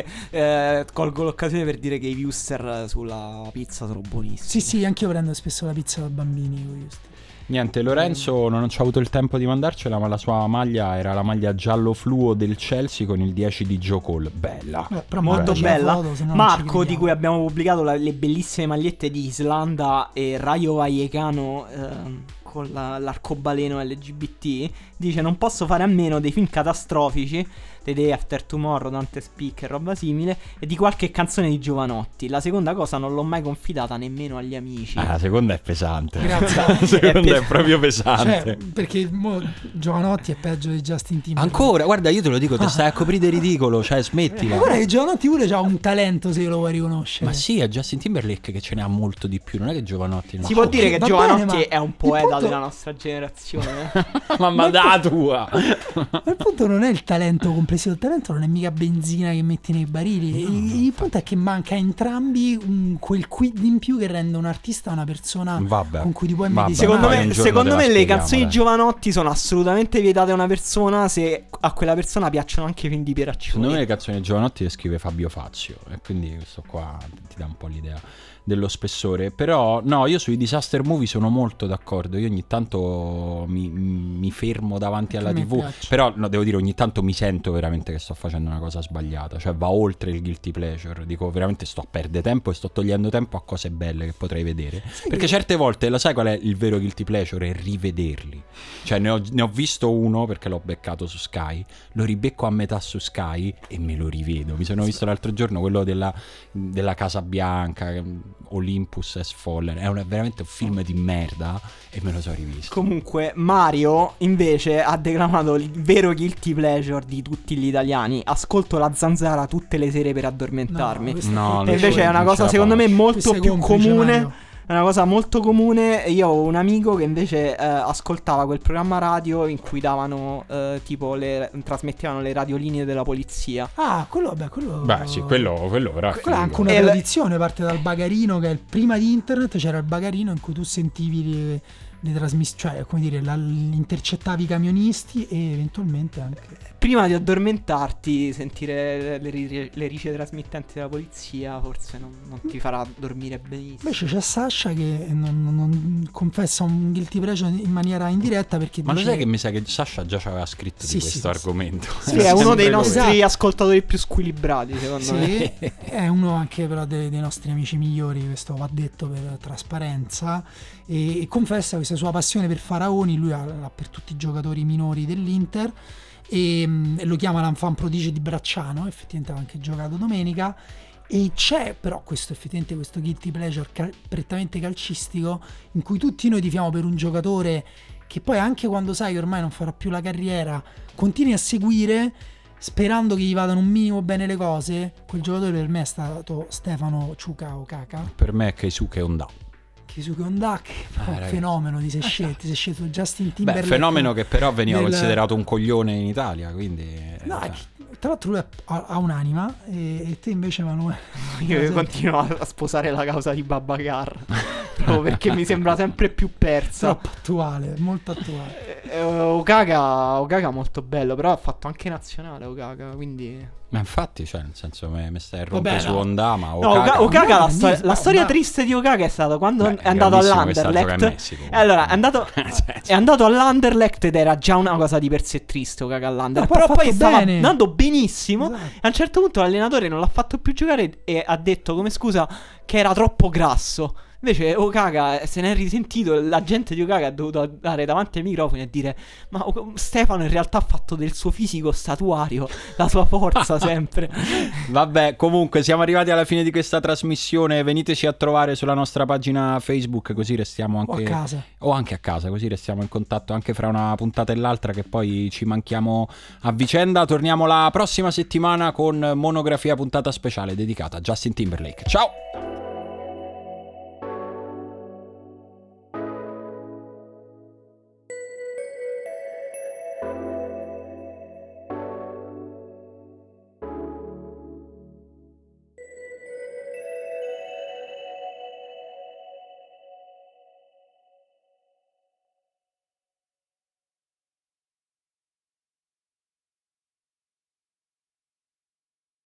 colgo l'occasione per dire che i wuster sulla pizza sono buonissimi. Sì, sì, anche io prendo spesso la pizza da bambini con i wurstel. Niente, Lorenzo non ci ha avuto il tempo di mandarcela, ma la sua maglia era la maglia giallo fluo del Chelsea con il 10 di Joe Cole. Bella. Però Molto mandaci la bella. foto, se no non ci Marco, di crediamo. cui abbiamo pubblicato le bellissime magliette di Islanda e Rayo Vallecano con l'arcobaleno LGBT, dice: non posso fare a meno dei film catastrofici, The Day After Tomorrow, Dante Speak e roba simile, e di qualche canzone di Giovanotti. La seconda cosa non l'ho mai confidata nemmeno agli amici. La seconda è pesante. Grazie. La seconda è proprio pesante. Cioè, perché Giovanotti è peggio di Justin Timberlake. Ancora, guarda, io te lo dico, te stai a coprire ridicolo, cioè smettila. Guarda che Giovanotti pure c'ha un talento, se lo vuoi riconoscere. Ma sì, è Justin Timberlake che ce n'ha molto di più, non è che Giovanotti non Si può dire che va Giovanotti bene, ma è un poeta punto- della nostra generazione. Mamma da tua. Ma il punto non è il talento complessivo, il talento non è mica benzina che metti nei barili. Il punto è che manca a entrambi quel quid in più che rende un artista una persona con cui ti puoi medesimmare. Secondo me le canzoni di Giovanotti sono assolutamente vietate a una persona se a quella persona piacciono anche i film di Pieraccioni. Secondo me le canzoni di Giovanotti le scrive Fabio Fazio, e quindi questo qua ti dà un po' l'idea dello spessore. Però no, io sui disaster movie sono molto d'accordo. Io ogni tanto mi fermo davanti alla TV, però no, devo dire, ogni tanto mi sento veramente che sto facendo una cosa sbagliata, cioè va oltre il guilty pleasure. Dico veramente sto a perdere tempo e sto togliendo tempo a cose belle che potrei vedere, perché certe volte, lo sai qual è il vero guilty pleasure? È rivederli. Cioè ne ho visto uno perché l'ho beccato su Sky, lo ribecco a metà su Sky e me lo rivedo. Mi sono visto l'altro giorno quello della Casa Bianca, Olympus Has Fallen. È veramente un film di merda e me lo so rivisto. Comunque Mario invece ha declamato il vero guilty pleasure di tutti gli italiani: ascolto la Zanzara tutte le sere per addormentarmi. E invece è una cosa secondo me molto più comune, Mario. È una cosa molto comune. Io ho un amico che invece ascoltava quel programma radio in cui davano trasmettevano le radiolinee della polizia. Ah, quello. Beh, sì, quello però. Quella è anche una tradizione, parte dal bagarino, che è prima di internet c'era il bagarino in cui tu sentivi le trasmissioni, cioè come dire, intercettavi i camionisti e eventualmente anche. Prima di addormentarti, sentire le rice trasmittenti della polizia forse non ti farà dormire benissimo. Invece c'è Sasha che non confessa un guilty pleasure in maniera indiretta, perché ma dice... lo sai che mi sa che Sasha già ci aveva scritto di questo argomento? Sì, è uno dei nostri ascoltatori più squilibrati, secondo me. È uno anche però dei nostri amici migliori, questo va detto per trasparenza, e confessa questa sua passione per Faraoni. Lui l'ha per tutti i giocatori minori dell'Inter e lo chiama l'enfant prodige di Bracciano. Effettivamente ha anche giocato domenica. E c'è però questo guilty pleasure prettamente calcistico, in cui tutti noi tifiamo per un giocatore che poi, anche quando sai che ormai non farà più la carriera, continui a seguire sperando che gli vadano un minimo bene le cose. Quel giocatore per me è stato Stefano Ciuca o Caca. Per me è Keisuke Honda. Keisuke Honda, che è un fenomeno. Ti sei scelto Justin Timberlake. Beh, fenomeno che però veniva considerato un coglione in Italia, quindi... No, tra l'altro lui ha un'anima, e te invece, Manuele... Io continuo a sposare la causa di Babacar proprio perché mi sembra sempre più persa. Troppo attuale, molto attuale. Okaka molto bello, però ha fatto anche nazionale Okaka, quindi... Ma infatti, cioè, nel senso, me stai a rompere su Honda, ma Okaka, la storia triste di Okaka è stata quando è andato all'Anderlecht. Allora, è andato all'Anderlecht ed era già una cosa di per sé triste Okaka all'Anderlecht, però poi stava andando benissimo. Esatto. E a un certo punto l'allenatore non l'ha fatto più giocare e ha detto come scusa che era troppo grasso. Invece Okaka se ne è risentito, la gente di Okaka ha dovuto andare davanti ai microfoni e dire: ma Stefano in realtà ha fatto del suo fisico statuario la sua forza sempre. Vabbè, comunque siamo arrivati alla fine di questa trasmissione. Veniteci a trovare sulla nostra pagina Facebook, così restiamo anche anche a casa, così restiamo in contatto anche fra una puntata e l'altra, che poi ci manchiamo a vicenda. Torniamo la prossima settimana con monografia, puntata speciale dedicata a Justin Timberlake. Ciao!